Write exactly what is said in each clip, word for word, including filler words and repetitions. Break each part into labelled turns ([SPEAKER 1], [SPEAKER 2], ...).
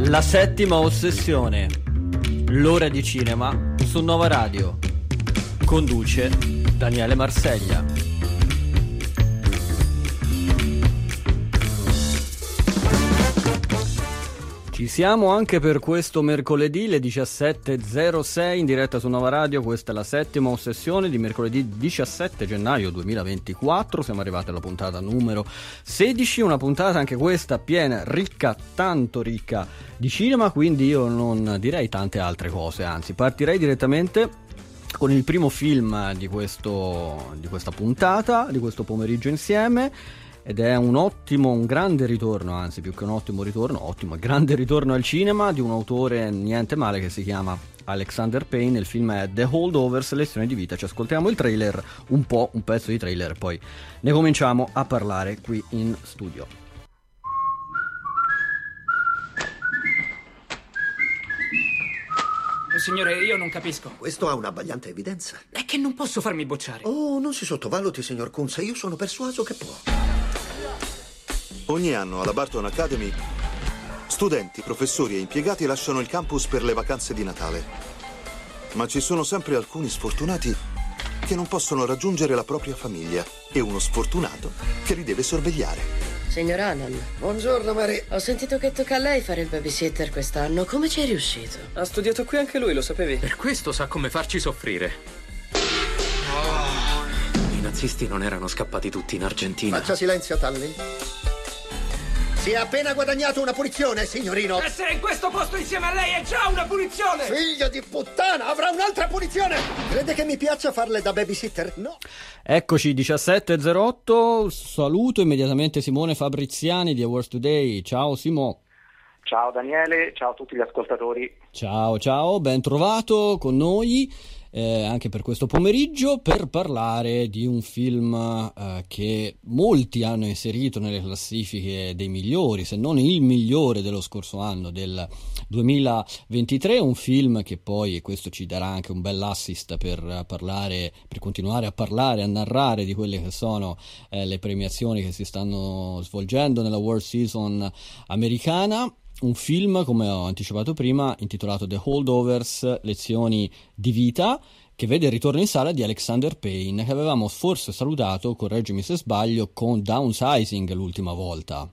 [SPEAKER 1] La settima ossessione, l'ora di cinema su Nova Radio. Conduce Daniele Marseglia. Ci siamo anche per questo mercoledì, le diciassette e zero sei, in diretta su Nova Radio. Questa è la settima ossessione di mercoledì diciassette gennaio duemilaventiquattro. Siamo arrivati alla puntata numero sedici, una puntata anche questa piena, ricca, tanto ricca di cinema, quindi io non direi tante altre cose, anzi partirei direttamente con il primo film di questo di questa puntata, di questo pomeriggio insieme. Ed è un ottimo, un grande ritorno, anzi più che un ottimo ritorno, ottimo, grande ritorno al cinema di un autore niente male che si chiama Alexander Payne. Il film è The Holdovers, lezione di vita. Ci ascoltiamo il trailer, un po', un pezzo di trailer, poi ne cominciamo a parlare qui in studio.
[SPEAKER 2] Signore, io non capisco.
[SPEAKER 3] Questo ha un'abbagliante evidenza.
[SPEAKER 2] È che non posso farmi bocciare.
[SPEAKER 3] Oh, non si sottovaluti, signor Kunz. Io sono persuaso che può.
[SPEAKER 4] Ogni anno alla Barton Academy studenti, professori e impiegati lasciano il campus per le vacanze di Natale. Ma ci sono sempre alcuni sfortunati che non possono raggiungere la propria famiglia e uno sfortunato che li deve sorvegliare.
[SPEAKER 5] Signor Allen.
[SPEAKER 3] Buongiorno, Mary.
[SPEAKER 5] Ho sentito che tocca a lei fare il babysitter quest'anno. Come ci è riuscito?
[SPEAKER 6] Ha studiato qui anche lui, lo sapevi?
[SPEAKER 7] Per questo sa come farci soffrire. I nazisti non erano scappati tutti in Argentina.
[SPEAKER 3] Faccia silenzio, Tully. Si è appena guadagnato una punizione, signorino.
[SPEAKER 2] Essere in questo posto insieme a lei è già una punizione.
[SPEAKER 3] Figlio di puttana, avrà un'altra punizione. Crede che mi piaccia farle da babysitter? No.
[SPEAKER 1] Eccoci, diciassette e zero otto. Saluto immediatamente Simone Fabriziani di Awards Today. Ciao Simo.
[SPEAKER 8] Ciao Daniele, ciao a tutti gli ascoltatori.
[SPEAKER 1] Ciao, ciao, ben trovato con noi. Eh, anche per questo pomeriggio per parlare di un film eh, che molti hanno inserito nelle classifiche dei migliori, se non il migliore dello scorso anno, del duemilaventitré, un film che poi, e questo ci darà anche un bel assist per parlare, per continuare a parlare, a narrare di quelle che sono eh, le premiazioni che si stanno svolgendo nella World Season americana. Un film, come ho anticipato prima, intitolato The Holdovers, lezioni di vita, che vede il ritorno in sala di Alexander Payne, che avevamo forse salutato, correggimi se sbaglio, con Downsizing l'ultima volta.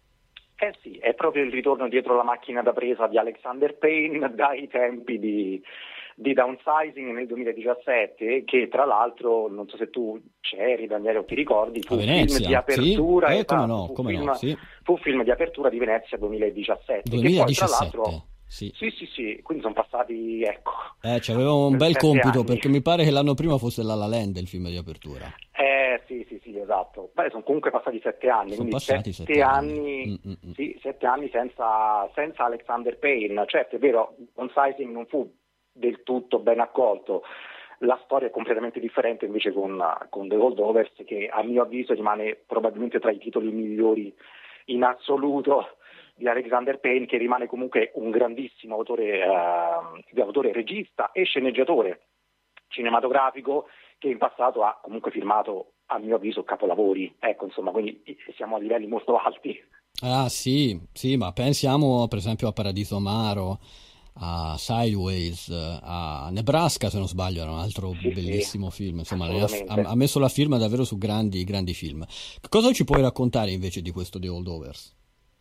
[SPEAKER 8] Eh sì, è proprio il ritorno dietro la macchina da presa di Alexander Payne dai tempi di, di Downsizing nel duemiladiciassette, che tra l'altro, non so se tu c'eri Daniele o ti ricordi, fu un film di apertura,
[SPEAKER 1] sì? eh,
[SPEAKER 8] esatto,
[SPEAKER 1] come no,
[SPEAKER 8] fu,
[SPEAKER 1] come
[SPEAKER 8] film,
[SPEAKER 1] no, sì.
[SPEAKER 8] fu un film di apertura di Venezia duemiladiciassette,
[SPEAKER 1] duemiladiciassette.
[SPEAKER 8] Che poi tra l'altro
[SPEAKER 1] Sì.
[SPEAKER 8] sì, sì, sì, quindi sono passati, ecco.
[SPEAKER 1] Eh, c'avevamo un bel compito,
[SPEAKER 8] anni.
[SPEAKER 1] Perché mi pare che l'anno prima fosse La La Land il film di apertura.
[SPEAKER 8] Eh, sì, sì, sì, esatto. Beh, sono comunque passati sette anni,
[SPEAKER 1] Sono
[SPEAKER 8] quindi
[SPEAKER 1] passati
[SPEAKER 8] sette,
[SPEAKER 1] sette
[SPEAKER 8] anni,
[SPEAKER 1] anni. Mm, mm, mm.
[SPEAKER 8] Sì, sette anni senza, senza Alexander Payne. Certo, è vero, Downsizing non fu del tutto ben accolto. La storia è completamente differente invece con, con The Holdovers, che a mio avviso rimane probabilmente tra i titoli migliori in assoluto di Alexander Payne, che rimane comunque un grandissimo autore, eh, autore regista e sceneggiatore cinematografico, che in passato ha comunque firmato, a mio avviso, capolavori. Ecco, insomma, quindi siamo a livelli molto alti.
[SPEAKER 1] Ah sì, sì, ma pensiamo per esempio a Paradiso Amaro, a Sideways, a Nebraska, se non sbaglio, era un altro sì, bellissimo sì, film. Insomma, ha, ha messo la firma davvero su grandi, grandi film. Cosa ci puoi raccontare invece di questo The Holdovers?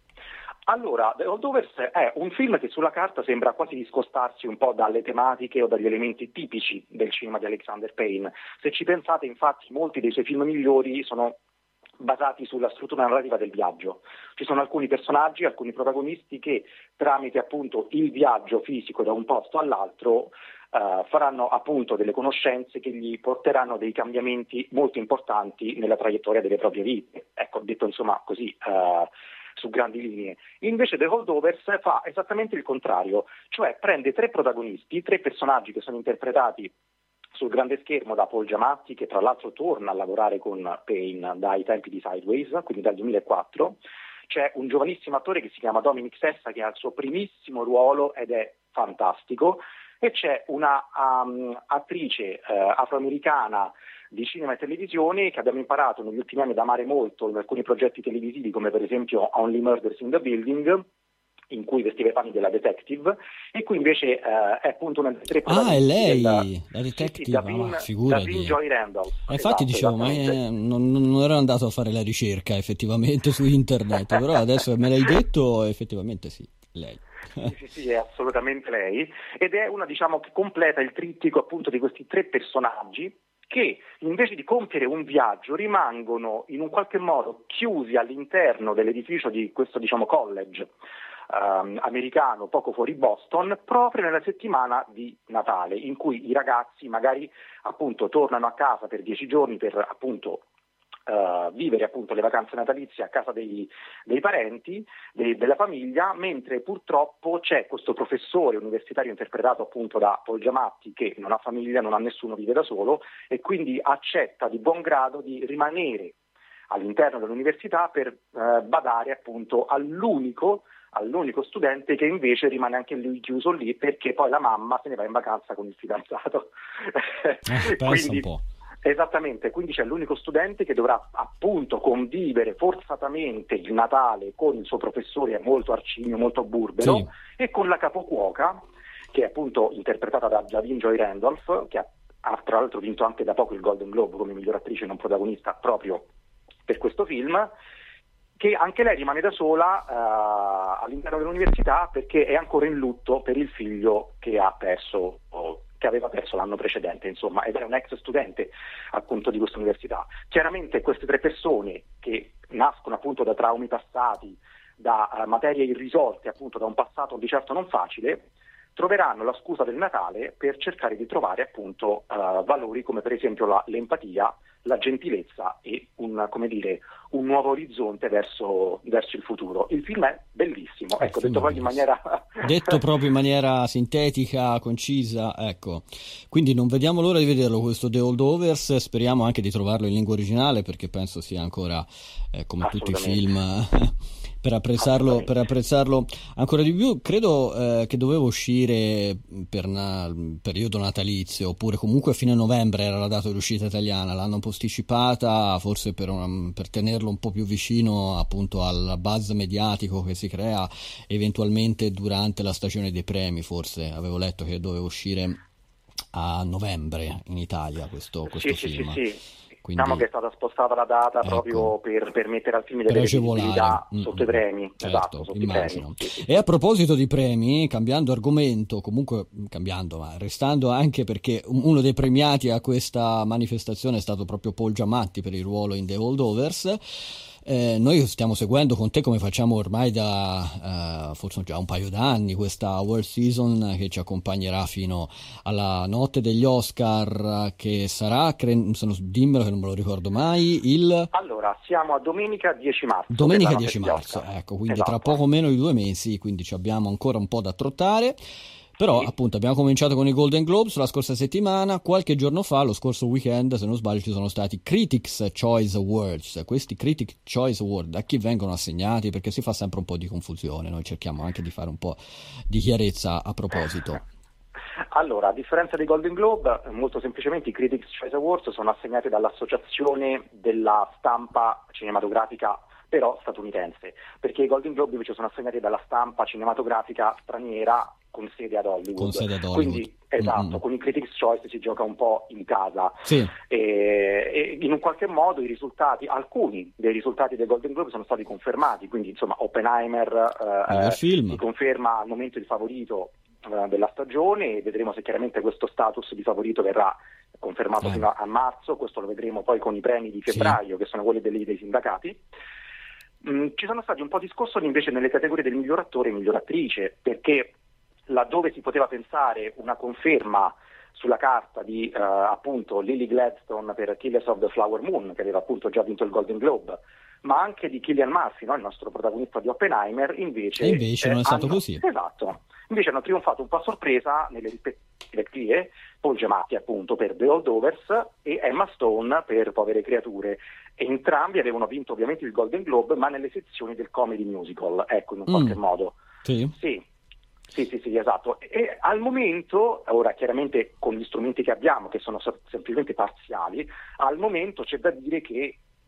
[SPEAKER 8] Allora, The Holdovers è un film che sulla carta sembra quasi discostarsi un po' dalle tematiche o dagli elementi tipici del cinema di Alexander Payne. Se ci pensate, infatti, molti dei suoi film migliori sono basati sulla struttura narrativa del viaggio. Ci sono alcuni personaggi, alcuni protagonisti che tramite appunto il viaggio fisico da un posto all'altro Uh, faranno appunto delle conoscenze che gli porteranno dei cambiamenti molto importanti nella traiettoria delle proprie vite. Ecco, detto insomma così uh, su grandi linee. Invece The Holdovers fa esattamente il contrario, cioè prende tre protagonisti, tre personaggi che sono interpretati sul grande schermo da Paul Giamatti, che tra l'altro torna a lavorare con Payne dai tempi di Sideways, quindi dal duemilaquattro. C'è un giovanissimo attore che si chiama Dominic Sessa, che ha il suo primissimo ruolo ed è fantastico, e c'è una um, attrice eh, afroamericana di cinema e televisione che abbiamo imparato negli ultimi anni ad amare molto in alcuni progetti televisivi, come per esempio Only Murders in the Building, in cui vestiva i panni della detective, e qui invece eh, è appunto una delle tre
[SPEAKER 1] Ah, è lei,
[SPEAKER 8] della,
[SPEAKER 1] la detective,
[SPEAKER 8] sì, Davin,
[SPEAKER 1] ah, figurati.
[SPEAKER 8] Davin Joy Randolph.
[SPEAKER 1] Eh, infatti
[SPEAKER 8] esatto,
[SPEAKER 1] dicevo, ma eh, non, non ero andato a fare la ricerca effettivamente su internet, però adesso me l'hai detto, effettivamente sì, lei.
[SPEAKER 8] Sì, sì, sì, è assolutamente lei, ed è una, diciamo, che completa il trittico appunto di questi tre personaggi che invece di compiere un viaggio rimangono in un qualche modo chiusi all'interno dell'edificio di questo, diciamo, college um, americano poco fuori Boston, proprio nella settimana di Natale, in cui i ragazzi magari appunto tornano a casa per dieci giorni per appunto Uh, vivere appunto le vacanze natalizie a casa dei, dei parenti, dei, della famiglia, mentre purtroppo c'è questo professore universitario interpretato appunto da Paul Giamatti che non ha famiglia, non ha nessuno, vive da solo e quindi accetta di buon grado di rimanere all'interno dell'università per uh, badare appunto all'unico all'unico studente che invece rimane anche lui chiuso lì perché poi la mamma se ne va in vacanza con il fidanzato.
[SPEAKER 1] Eh, pensa un po'.
[SPEAKER 8] Esattamente, quindi c'è l'unico studente che dovrà appunto convivere forzatamente il Natale con il suo professore molto arcigno, molto burbero, sì, e con la capocuoca, che è appunto interpretata da Davin Joy Randolph, che ha, ha tra l'altro vinto anche da poco il Golden Globe come miglior attrice non protagonista proprio per questo film, che anche lei rimane da sola uh, all'interno dell'università perché è ancora in lutto per il figlio che ha perso oh, che aveva perso l'anno precedente, insomma, ed è un ex studente appunto di questa università. Chiaramente queste tre persone che nascono appunto da traumi passati, da uh, materie irrisolte, appunto da un passato di certo non facile, troveranno la scusa del Natale per cercare di trovare appunto uh, valori come per esempio la, l'empatia, la gentilezza e un, come dire, un nuovo orizzonte verso, verso il futuro. Il film è bellissimo, ecco, detto proprio in maniera
[SPEAKER 1] detto proprio in maniera sintetica, concisa, ecco. Quindi non vediamo l'ora di vederlo questo The Holdovers, speriamo anche di trovarlo in lingua originale perché penso sia ancora eh, come tutti i film per apprezzarlo, per apprezzarlo ancora di più. Credo eh, che doveva uscire per il periodo natalizio oppure comunque a fine novembre era la data di uscita italiana, l'hanno posticipata forse per, una, per tenerlo un po' più vicino appunto al buzz mediatico che si crea eventualmente durante la stagione dei premi. Forse avevo letto che doveva uscire a novembre in Italia questo, questo
[SPEAKER 8] sì,
[SPEAKER 1] film.
[SPEAKER 8] Sì, sì, sì.
[SPEAKER 1] Quindi,
[SPEAKER 8] diciamo che è stata spostata la data, ecco, proprio per permettere al film di avere visibilità sotto i premi.
[SPEAKER 1] Certo,
[SPEAKER 8] esatto, sotto
[SPEAKER 1] immagino.
[SPEAKER 8] I premi. Sì, sì.
[SPEAKER 1] E a proposito di premi, cambiando argomento, comunque cambiando, ma restando anche perché uno dei premiati a questa manifestazione è stato proprio Paul Giamatti per il ruolo in The Holdovers. Eh, noi stiamo seguendo con te, come facciamo ormai da uh, forse già un paio d'anni, questa World Season che ci accompagnerà fino alla notte degli Oscar, che sarà, cre- se non, dimmelo che non me lo ricordo mai, il...
[SPEAKER 8] Allora, siamo a domenica dieci marzo.
[SPEAKER 1] Domenica dieci marzo, ecco, quindi
[SPEAKER 8] esatto,
[SPEAKER 1] tra poco meno di due mesi, quindi ci abbiamo ancora un po' da trottare. Però appunto abbiamo cominciato con i Golden Globes la scorsa settimana, qualche giorno fa, lo scorso weekend se non sbaglio, ci sono stati Critics' Choice Awards. Questi Critics' Choice Awards a chi vengono assegnati? Perché si fa sempre un po' di confusione, noi cerchiamo anche di fare un po' di chiarezza a proposito.
[SPEAKER 8] Allora, a differenza dei Golden Globe, molto semplicemente i Critics' Choice Awards sono assegnati dall'Associazione della Stampa Cinematografica però statunitense, perché i Golden Globe invece sono assegnati dalla stampa cinematografica straniera con sede ad Hollywood.
[SPEAKER 1] Con sede ad Hollywood.
[SPEAKER 8] Quindi, esatto, mm-hmm. con i Critics' Choice si gioca un po' in casa.
[SPEAKER 1] Sì.
[SPEAKER 8] E, e in un qualche modo i risultati, alcuni dei risultati dei Golden Globe sono stati confermati, quindi insomma Oppenheimer eh, si conferma al momento il favorito eh, della stagione e vedremo se chiaramente questo status di favorito verrà confermato eh. fino a, a marzo, questo lo vedremo poi con i premi di febbraio, sì, che sono quelli dei, dei sindacati. Mm, ci sono stati un po' di scossoni invece nelle categorie del miglior attore e miglior attrice, perché laddove si poteva pensare una conferma sulla carta di uh, appunto Lily Gladstone per Killers of the Flower Moon, che aveva appunto già vinto il Golden Globe, ma anche di Cillian Murphy, no? Il nostro protagonista di Oppenheimer, invece,
[SPEAKER 1] e invece eh, non è stato
[SPEAKER 8] hanno,
[SPEAKER 1] così.
[SPEAKER 8] Esatto, invece hanno trionfato un po' a sorpresa nelle rispettive categorie Paul Giamatti appunto per The Holdovers e Emma Stone per Povere Creature. Entrambi avevano vinto ovviamente il Golden Globe, ma nelle sezioni del comedy musical, ecco, in un mm. qualche modo.
[SPEAKER 1] Sì.
[SPEAKER 8] Sì. Sì, sì, sì, esatto. E al momento, ora chiaramente con gli strumenti che abbiamo, che sono semplicemente parziali, al momento c'è da dire che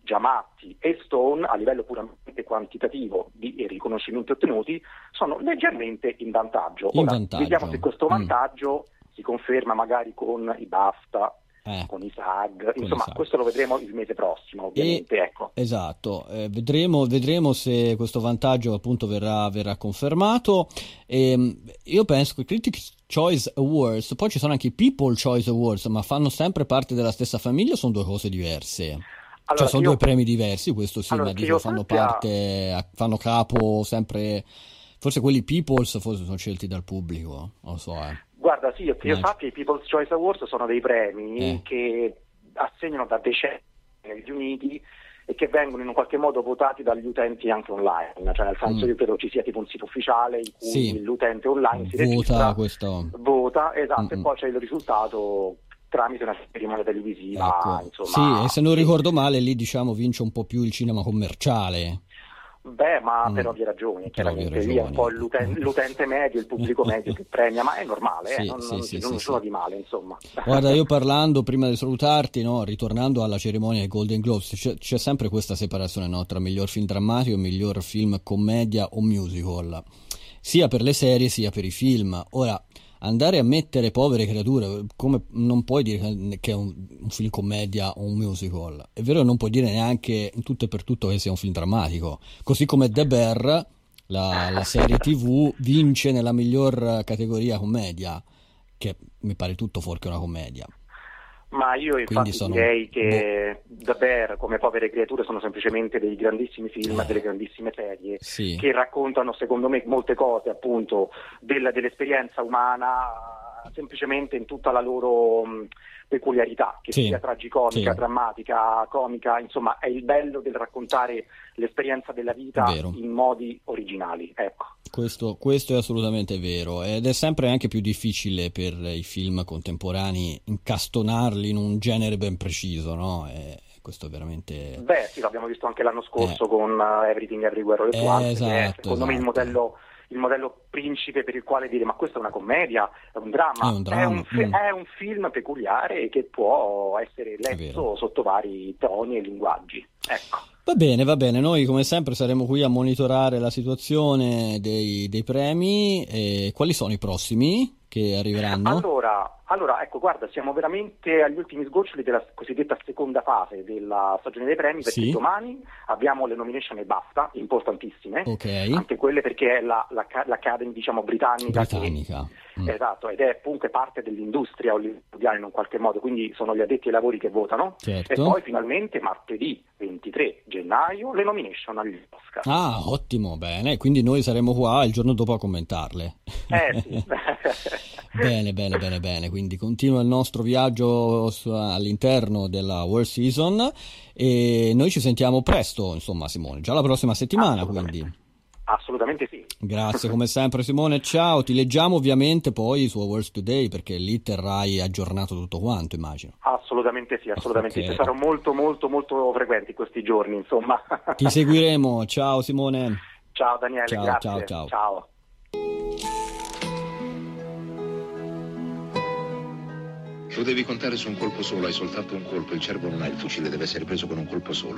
[SPEAKER 8] Giamatti e Stone, a livello puramente quantitativo di riconoscimenti ottenuti, sono leggermente in vantaggio.
[SPEAKER 1] In
[SPEAKER 8] Ora,
[SPEAKER 1] vantaggio.
[SPEAKER 8] vediamo se questo vantaggio
[SPEAKER 1] mm.
[SPEAKER 8] si conferma magari con i BAFTA,
[SPEAKER 1] Eh,
[SPEAKER 8] con i SAG,
[SPEAKER 1] con
[SPEAKER 8] insomma
[SPEAKER 1] i SAG.
[SPEAKER 8] questo lo vedremo il mese prossimo, ovviamente.
[SPEAKER 1] E,
[SPEAKER 8] ecco.
[SPEAKER 1] Esatto, eh, vedremo, vedremo se questo vantaggio appunto verrà, verrà confermato. E, io penso che i Critics' Choice Awards, poi ci sono anche i People Choice Awards, ma fanno sempre parte della stessa famiglia o sono due cose diverse?
[SPEAKER 8] Allora,
[SPEAKER 1] cioè sono
[SPEAKER 8] io,
[SPEAKER 1] due premi diversi, questo sì,
[SPEAKER 8] allora,
[SPEAKER 1] ma
[SPEAKER 8] che
[SPEAKER 1] dico,
[SPEAKER 8] io
[SPEAKER 1] fanno
[SPEAKER 8] sappia-
[SPEAKER 1] parte, fanno capo sempre, forse quelli People's forse sono scelti dal pubblico, non lo so, eh.
[SPEAKER 8] Guarda, sì, che io
[SPEAKER 1] Eh.
[SPEAKER 8] sappia, i People's Choice Awards sono dei premi
[SPEAKER 1] Eh.
[SPEAKER 8] che assegnano da decenni negli Uniti e che vengono in un qualche modo votati dagli utenti anche online, cioè nel senso
[SPEAKER 1] Mm.
[SPEAKER 8] io credo ci sia tipo un sito ufficiale in cui
[SPEAKER 1] Sì.
[SPEAKER 8] l'utente online si
[SPEAKER 1] Vota
[SPEAKER 8] registra,
[SPEAKER 1] questo.
[SPEAKER 8] vota, esatto,
[SPEAKER 1] Mm-mm.
[SPEAKER 8] e poi c'è il risultato tramite una cerimonia televisiva,
[SPEAKER 1] Ecco.
[SPEAKER 8] insomma.
[SPEAKER 1] Sì, e se non ricordo male lì diciamo vince un po' più il cinema commerciale.
[SPEAKER 8] Beh, ma
[SPEAKER 1] Mm.
[SPEAKER 8] per ovvie ragioni,
[SPEAKER 1] Per ovvie
[SPEAKER 8] chiaramente lì è un
[SPEAKER 1] ragioni.
[SPEAKER 8] po' l'uten- l'utente medio, il pubblico medio che premia, ma è normale, eh,
[SPEAKER 1] Sì,
[SPEAKER 8] non,
[SPEAKER 1] sì,
[SPEAKER 8] non,
[SPEAKER 1] sì,
[SPEAKER 8] non
[SPEAKER 1] sì,
[SPEAKER 8] sono
[SPEAKER 1] sì.
[SPEAKER 8] di male, insomma.
[SPEAKER 1] Guarda, io parlando prima di salutarti, no, ritornando alla cerimonia dei Golden Globes, c'è, c'è sempre questa separazione, no, tra miglior film drammatico e miglior film commedia o musical, sia per le serie sia per i film. Ora, andare a mettere Povere creature, come non puoi dire che è un, un film commedia o un musical, è vero che non puoi dire neanche in tutto e per tutto che sia un film drammatico, così come The Bear, la, la serie tv, vince nella miglior categoria commedia, che mi pare tutto fuorché una commedia.
[SPEAKER 8] Ma io infatti
[SPEAKER 1] sono-
[SPEAKER 8] direi che The Bear, come Povere creature, sono semplicemente dei grandissimi film,
[SPEAKER 1] Eh.
[SPEAKER 8] delle grandissime serie
[SPEAKER 1] Sì.
[SPEAKER 8] che raccontano, secondo me, molte cose appunto del- dell'esperienza umana, semplicemente in tutta la loro mh, peculiarità, che
[SPEAKER 1] Sì.
[SPEAKER 8] sia tragicomica,
[SPEAKER 1] Sì.
[SPEAKER 8] drammatica, comica, insomma è il bello del raccontare l'esperienza della vita
[SPEAKER 1] È vero.
[SPEAKER 8] in modi originali, ecco.
[SPEAKER 1] Questo, questo è assolutamente vero, ed è sempre anche più difficile per i film contemporanei incastonarli in un genere ben preciso, no? E questo è veramente...
[SPEAKER 8] Beh, sì, l'abbiamo visto anche l'anno scorso
[SPEAKER 1] Eh.
[SPEAKER 8] con uh, Everything Everywhere All at
[SPEAKER 1] Eh,
[SPEAKER 8] Once, che è
[SPEAKER 1] esatto,
[SPEAKER 8] secondo me il
[SPEAKER 1] esatto.
[SPEAKER 8] modello, il modello principe per il quale dire ma questa è una commedia, è un dramma,
[SPEAKER 1] È un dramma,
[SPEAKER 8] fi-
[SPEAKER 1] mm.
[SPEAKER 8] è un film peculiare che può essere
[SPEAKER 1] vero.
[SPEAKER 8] letto sotto vari toni e linguaggi. Ecco.
[SPEAKER 1] Va bene, va bene, noi come sempre saremo qui a monitorare la situazione dei, dei premi. E quali sono i prossimi che arriveranno?
[SPEAKER 8] Allora, allora, ecco, guarda, siamo veramente agli ultimi sgoccioli della cosiddetta seconda fase della stagione dei premi, perché
[SPEAKER 1] Sì.
[SPEAKER 8] domani abbiamo le nomination e BAFTA, importantissime,
[SPEAKER 1] Ok,
[SPEAKER 8] anche quelle perché è la, la, l'Academy, diciamo, britannica, che-
[SPEAKER 1] britannica. Mm.
[SPEAKER 8] esatto, ed è comunque parte dell'industria hollywoodiana in un qualche modo, quindi sono gli addetti ai lavori che votano.
[SPEAKER 1] Certo.
[SPEAKER 8] E poi finalmente martedì ventitré gennaio le nomination agli Oscar.
[SPEAKER 1] Ah, ottimo, bene, quindi noi saremo qua il giorno dopo a commentarle.
[SPEAKER 8] Eh sì.
[SPEAKER 1] Bene, bene, bene, bene, quindi continua il nostro viaggio su- all'interno della World Season e noi ci sentiamo presto, insomma, Simone, già la prossima settimana,
[SPEAKER 8] Assolutamente.
[SPEAKER 1] quindi
[SPEAKER 8] Assolutamente sì.
[SPEAKER 1] grazie come sempre Simone, ciao, ti leggiamo ovviamente poi su Awards Today perché lì terrai aggiornato tutto quanto, immagino.
[SPEAKER 8] Assolutamente sì, assolutamente
[SPEAKER 1] Ok.
[SPEAKER 8] sì. Sarò molto molto molto frequenti questi giorni, insomma.
[SPEAKER 1] Ti seguiremo, ciao Simone.
[SPEAKER 8] Ciao Daniele,
[SPEAKER 1] Ciao,
[SPEAKER 8] grazie.
[SPEAKER 1] ciao, ciao.
[SPEAKER 8] Ciao.
[SPEAKER 9] Tu devi contare su un colpo solo, hai soltanto un colpo, il cervo non ha il fucile, deve essere preso con un colpo solo.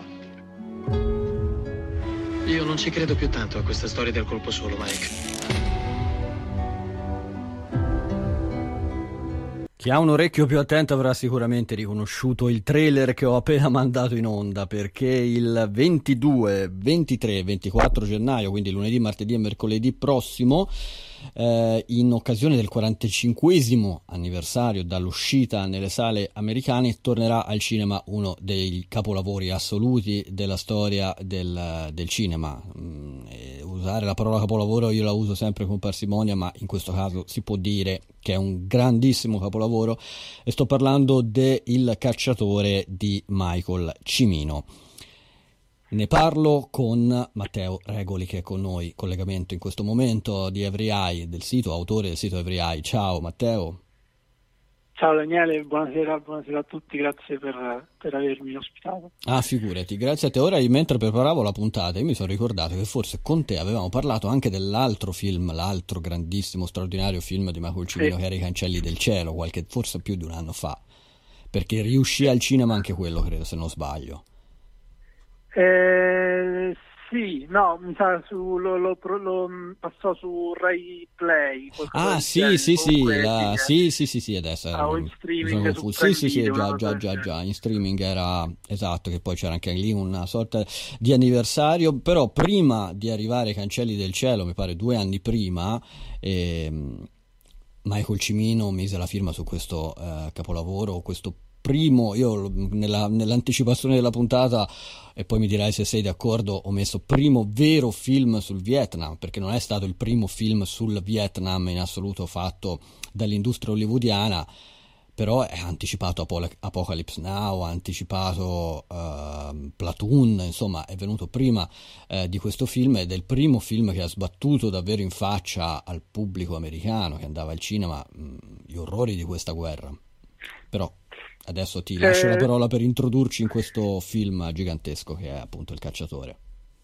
[SPEAKER 7] Io non ci credo più tanto a questa storia del colpo solo, Mike.
[SPEAKER 1] Chi ha un orecchio più attento avrà sicuramente riconosciuto il trailer che ho appena mandato in onda, perché il ventidue, ventitré e ventiquattro gennaio, quindi lunedì, martedì e mercoledì prossimo, eh, in occasione del quarantacinquesimo anniversario dall'uscita nelle sale americane, tornerà al cinema uno dei capolavori assoluti della storia del, del cinema. Mm, e usare la parola capolavoro io la uso sempre con parsimonia, ma in questo caso si può dire che è un grandissimo capolavoro, e sto parlando de Il cacciatore di Michael Cimino. Ne parlo con Matteo Regoli, che è con noi in collegamento in questo momento, di Every Eye, del sito, autore del sito Every Eye. Ciao Matteo.
[SPEAKER 10] Ciao Daniele, buonasera, buonasera a tutti, grazie per, per avermi ospitato.
[SPEAKER 1] Ah, figurati, grazie a te. Ora, io, mentre preparavo la puntata, io mi sono ricordato che forse con te avevamo parlato anche dell'altro film, l'altro grandissimo, straordinario film di Michael Cimino,
[SPEAKER 10] Sì.
[SPEAKER 1] che era I cancelli del cielo, qualche, forse più di un anno fa, perché riuscì al cinema anche quello, credo, se non sbaglio.
[SPEAKER 10] Eh, sì, no, mi sa su lo, lo, lo passò su Rai Play.
[SPEAKER 1] Ah, sì, sì, sì, la, sì, sì, sì, sì, adesso era,
[SPEAKER 10] o in streaming su
[SPEAKER 1] sì, sì, sì,
[SPEAKER 10] Video,
[SPEAKER 1] già, già, già, già, in streaming era, esatto, che poi c'era anche lì una sorta di anniversario, però prima di arrivare ai Cancelli del Cielo, mi pare due anni prima, ehm, Michael Cimino mise la firma su questo eh, capolavoro, questo primo, io nella, nell'anticipazione della puntata, e poi mi dirai se sei d'accordo, ho messo primo vero film sul Vietnam, perché non è stato il primo film sul Vietnam in assoluto fatto dall'industria hollywoodiana, però è anticipato Apol- Apocalypse Now, ha anticipato uh, Platoon, insomma è venuto prima uh, di questo film, ed è il primo film che ha sbattuto davvero in faccia al pubblico americano che andava al cinema mh, gli orrori di questa guerra. Però adesso ti lascio la parola per introdurci in questo film gigantesco che è appunto Il Cacciatore.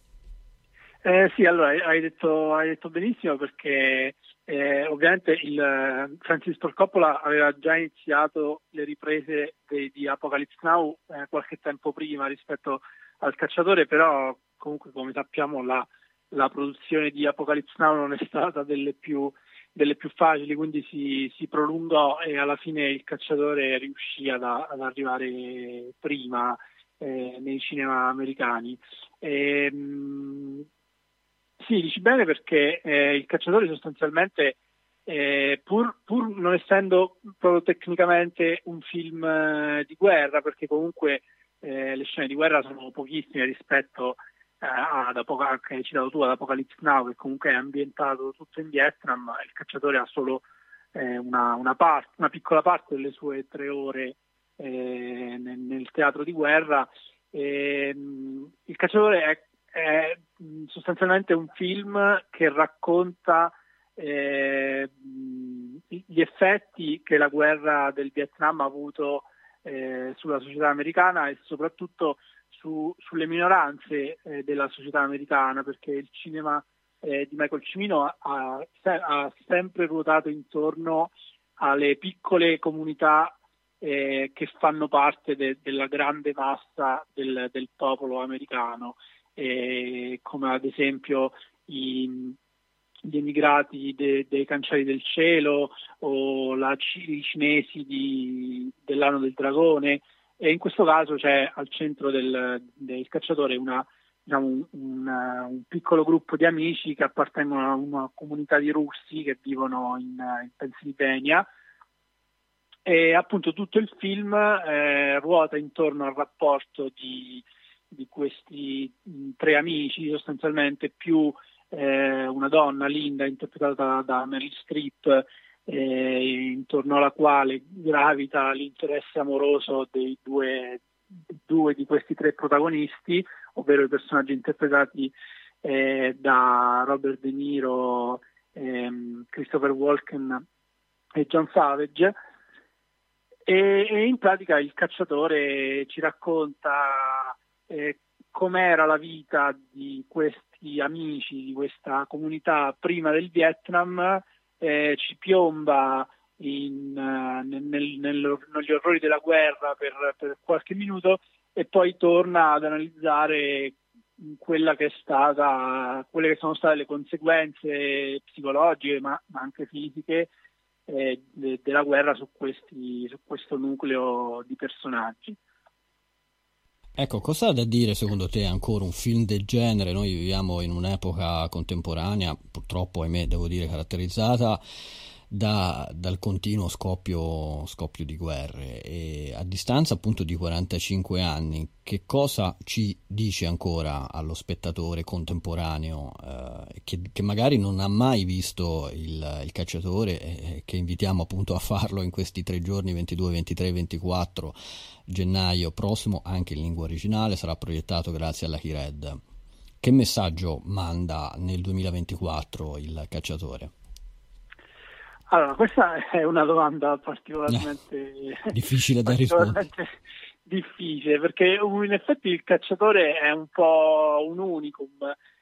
[SPEAKER 10] Eh, sì, allora hai detto, hai detto benissimo, perché eh, ovviamente il Francis Ford Coppola aveva già iniziato le riprese di, di Apocalypse Now eh, qualche tempo prima rispetto al Cacciatore, però comunque come sappiamo la, la produzione di Apocalypse Now non è stata delle più delle più facili, quindi si, si prolungò e alla fine Il Cacciatore riuscì ad, ad arrivare prima eh, nei cinema americani. E, mh, sì, dici bene, perché eh, Il Cacciatore sostanzialmente, eh, pur, pur non essendo proprio tecnicamente un film eh, di guerra, perché comunque eh, le scene di guerra sono pochissime rispetto ad Apoc- che hai citato tu, ad Apocalypse Now, che comunque è ambientato tutto in Vietnam. Il Cacciatore ha solo eh, una, una, parte, una piccola parte delle sue tre ore eh, nel, nel teatro di guerra. E, mh, Il Cacciatore è, è sostanzialmente un film che racconta eh, gli effetti che la guerra del Vietnam ha avuto eh, sulla società americana e soprattutto Su, sulle minoranze eh, della società americana, perché il cinema eh, di Michael Cimino ha, ha sempre ruotato intorno alle piccole comunità eh, che fanno parte de, della grande massa del, del popolo americano, eh, come ad esempio i, gli emigrati de, dei Cancelli del Cielo o la, i cinesi di, dell'Anno del Dragone. E in questo caso c'è al centro del, del Cacciatore una, diciamo, un, un, un piccolo gruppo di amici che appartengono a una comunità di russi che vivono in, in Pennsylvania, e appunto tutto il film eh, ruota intorno al rapporto di, di questi mh, tre amici, sostanzialmente, più eh, una donna, Linda, interpretata da Meryl Streep, Eh, intorno alla quale gravita l'interesse amoroso dei due, due di questi tre protagonisti, ovvero i personaggi interpretati eh, da Robert De Niro, ehm, Christopher Walken e John Savage. E, e in pratica Il Cacciatore ci racconta eh, com'era la vita di questi amici, di questa comunità prima del Vietnam. Eh, ci piomba in, uh, nel, nel, negli orrori della guerra per, per qualche minuto e poi torna ad analizzare quella che è stata, quelle che sono state le conseguenze psicologiche ma, ma anche fisiche eh, de, della guerra su, questi, su questo nucleo di personaggi.
[SPEAKER 1] Ecco, cosa ha da dire secondo te ancora un film del genere? Noi viviamo in un'epoca contemporanea, purtroppo, ahimè, devo dire, caratterizzata da, dal continuo scoppio, scoppio di guerre, e a distanza appunto di quarantacinque anni, che cosa ci dice ancora allo spettatore contemporaneo eh, che, che magari non ha mai visto il, il Cacciatore, e che invitiamo appunto a farlo in questi tre giorni, ventidue, ventitré, ventiquattro gennaio prossimo, anche in lingua originale, sarà proiettato grazie alla Key-Red. Che messaggio manda nel duemilaventiquattro Il Cacciatore?
[SPEAKER 10] Allora, questa è una domanda particolarmente
[SPEAKER 1] no, difficile da
[SPEAKER 10] particolarmente
[SPEAKER 1] rispondere.
[SPEAKER 10] Difficile, perché in effetti Il Cacciatore è un po' un unicum,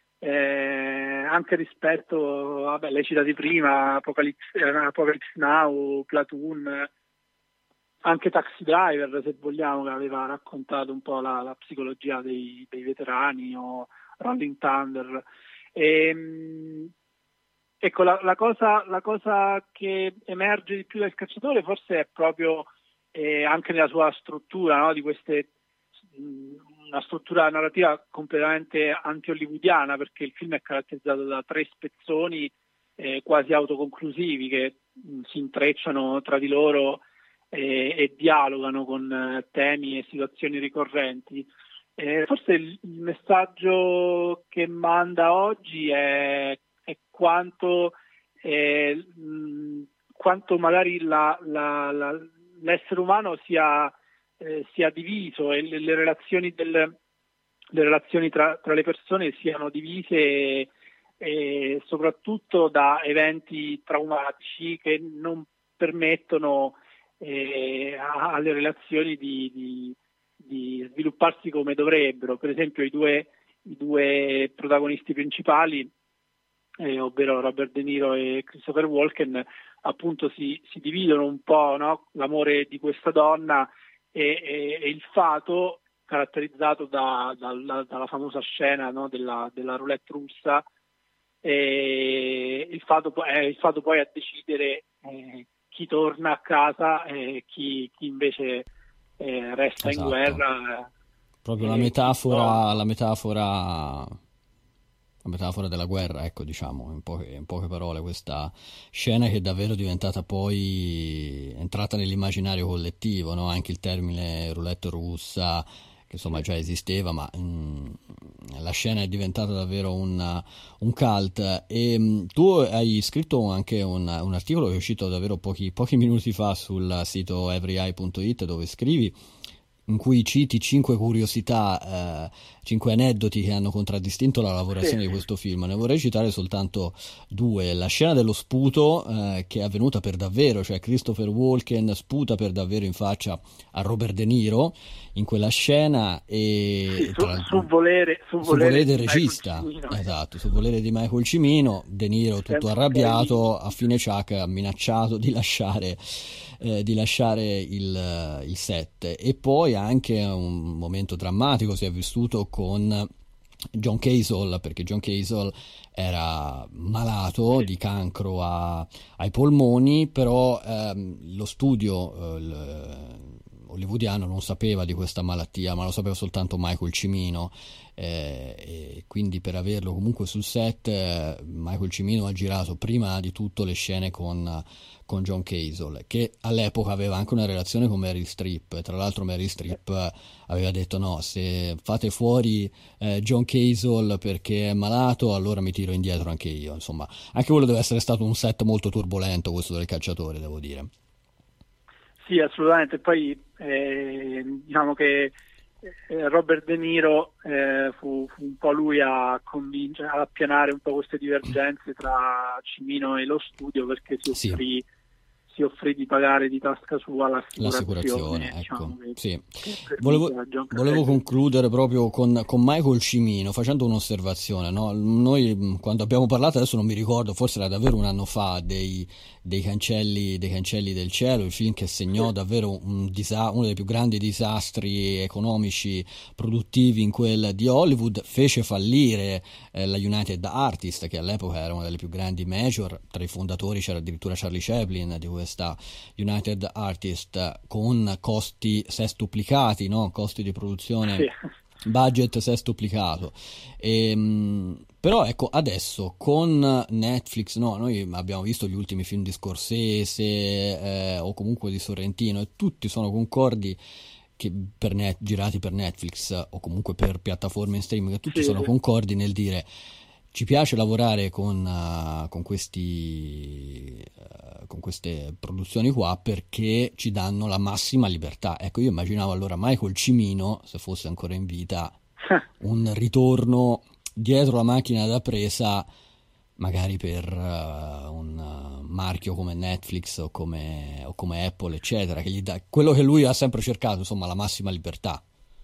[SPEAKER 10] eh, anche rispetto, vabbè, lei citati prima, Apocalypse, Apocalypse Now, Platoon, anche Taxi Driver, se vogliamo, che aveva raccontato un po' la, la psicologia dei, dei veterani, o Rolling Thunder. E, ecco, la, la, cosa, la cosa che emerge di più del Cacciatore forse è proprio eh, anche nella sua struttura, no? Di queste, una struttura narrativa completamente anti-hollywoodiana, perché il film è caratterizzato da tre spezzoni eh, quasi autoconclusivi che mh, si intrecciano tra di loro e, e dialogano con eh, temi e situazioni ricorrenti. Eh, forse il, il messaggio che manda oggi è, è quanto, eh, mh, quanto magari la, la, la, l'essere umano sia, eh, sia diviso e le, le relazioni, del, le relazioni tra, tra le persone siano divise e, e soprattutto da eventi traumatici che non permettono eh, alle relazioni di, di di svilupparsi come dovrebbero. Per esempio i due, i due protagonisti principali, eh, ovvero Robert De Niro e Christopher Walken, appunto si, si dividono un po', no? L'amore di questa donna e, e, e il fato, caratterizzato da, da, dalla famosa scena, no? della, della roulette russa, e il fato, eh, il fato poi a decidere eh, chi torna a casa e chi, chi invece Eh, resta esatto. in guerra.
[SPEAKER 1] Proprio eh, la metafora, no. la metafora la metafora della guerra, ecco, diciamo, in poche, in poche parole, questa scena che è davvero diventata poi entrata nell'immaginario collettivo, no? Anche il termine roulette russa, che insomma già esisteva, ma mh, la scena è diventata davvero un, un cult. E mh, tu hai scritto anche un, un articolo che è uscito davvero pochi, pochi minuti fa sul sito everyeye punto it, dove scrivi, in cui citi cinque curiosità, eh, cinque aneddoti che hanno contraddistinto la lavorazione sì. di questo film. Ne vorrei citare soltanto due. La scena dello sputo, eh, che è avvenuta per davvero, cioè Christopher Walken sputa per davvero in faccia a Robert De Niro in quella scena, e
[SPEAKER 10] sì, su,
[SPEAKER 1] tra,
[SPEAKER 10] su volere su,
[SPEAKER 1] su
[SPEAKER 10] volere
[SPEAKER 1] volere del regista, esatto, su volere di Michael Cimino. De Niro, tutto Sempre arrabbiato, a fine ciak ha minacciato di lasciare Eh, di lasciare il, il set. E poi anche un momento drammatico si è vissuto con John Cazale, perché John Cazale era malato di cancro a, ai polmoni, però ehm, lo studio eh, il, hollywoodiano non sapeva di questa malattia, ma lo sapeva soltanto Michael Cimino, eh, e quindi per averlo comunque sul set eh, Michael Cimino ha girato prima di tutto le scene con, con John Cazale, che all'epoca aveva anche una relazione con Meryl Streep. Tra l'altro Meryl Streep aveva detto: no, se fate fuori eh, John Cazale perché è malato, allora mi tiro indietro anche io. Insomma, anche quello deve essere stato un set molto turbolento, questo del Cacciatore, devo dire.
[SPEAKER 10] Sì, assolutamente. Poi eh, diciamo che eh, Robert De Niro eh, fu, fu un po' lui a convincere, ad appianare un po' queste divergenze tra Cimino e lo studio, perché si offrì, sì. si offrì di pagare di tasca sua l'assicurazione.
[SPEAKER 1] l'assicurazione
[SPEAKER 10] diciamo,
[SPEAKER 1] ecco.
[SPEAKER 10] che,
[SPEAKER 1] sì.
[SPEAKER 10] che
[SPEAKER 1] volevo, volevo concludere proprio con, con Michael Cimino facendo un'osservazione, no? Noi quando abbiamo parlato, adesso non mi ricordo, forse era davvero un anno fa, dei, dei, cancelli, dei cancelli del cielo, il film che segnò sì. davvero un disa- uno dei più grandi disastri economici produttivi in quel di Hollywood, fece fallire eh, la United Artists, che all'epoca era una delle più grandi major. Tra i fondatori c'era addirittura Charlie Chaplin di questa United Artists, con costi sestuplicati, no? Costi di produzione, sì. budget sestupplicato. E, mh, però ecco, adesso con Netflix, no, noi abbiamo visto gli ultimi film di Scorsese eh, o comunque di Sorrentino, e tutti sono concordi che per net, girati per Netflix o comunque per piattaforme in streaming, tutti sì, sono sì. concordi nel dire: ci piace lavorare con, uh, con questi uh, con queste produzioni qua perché ci danno la massima libertà. Ecco, io immaginavo allora Michael Cimino, se fosse ancora in vita, un ritorno dietro la macchina da presa, magari per uh, un uh, marchio come Netflix o come, o come Apple, eccetera, che gli dà quello che lui ha sempre cercato, insomma, la massima libertà.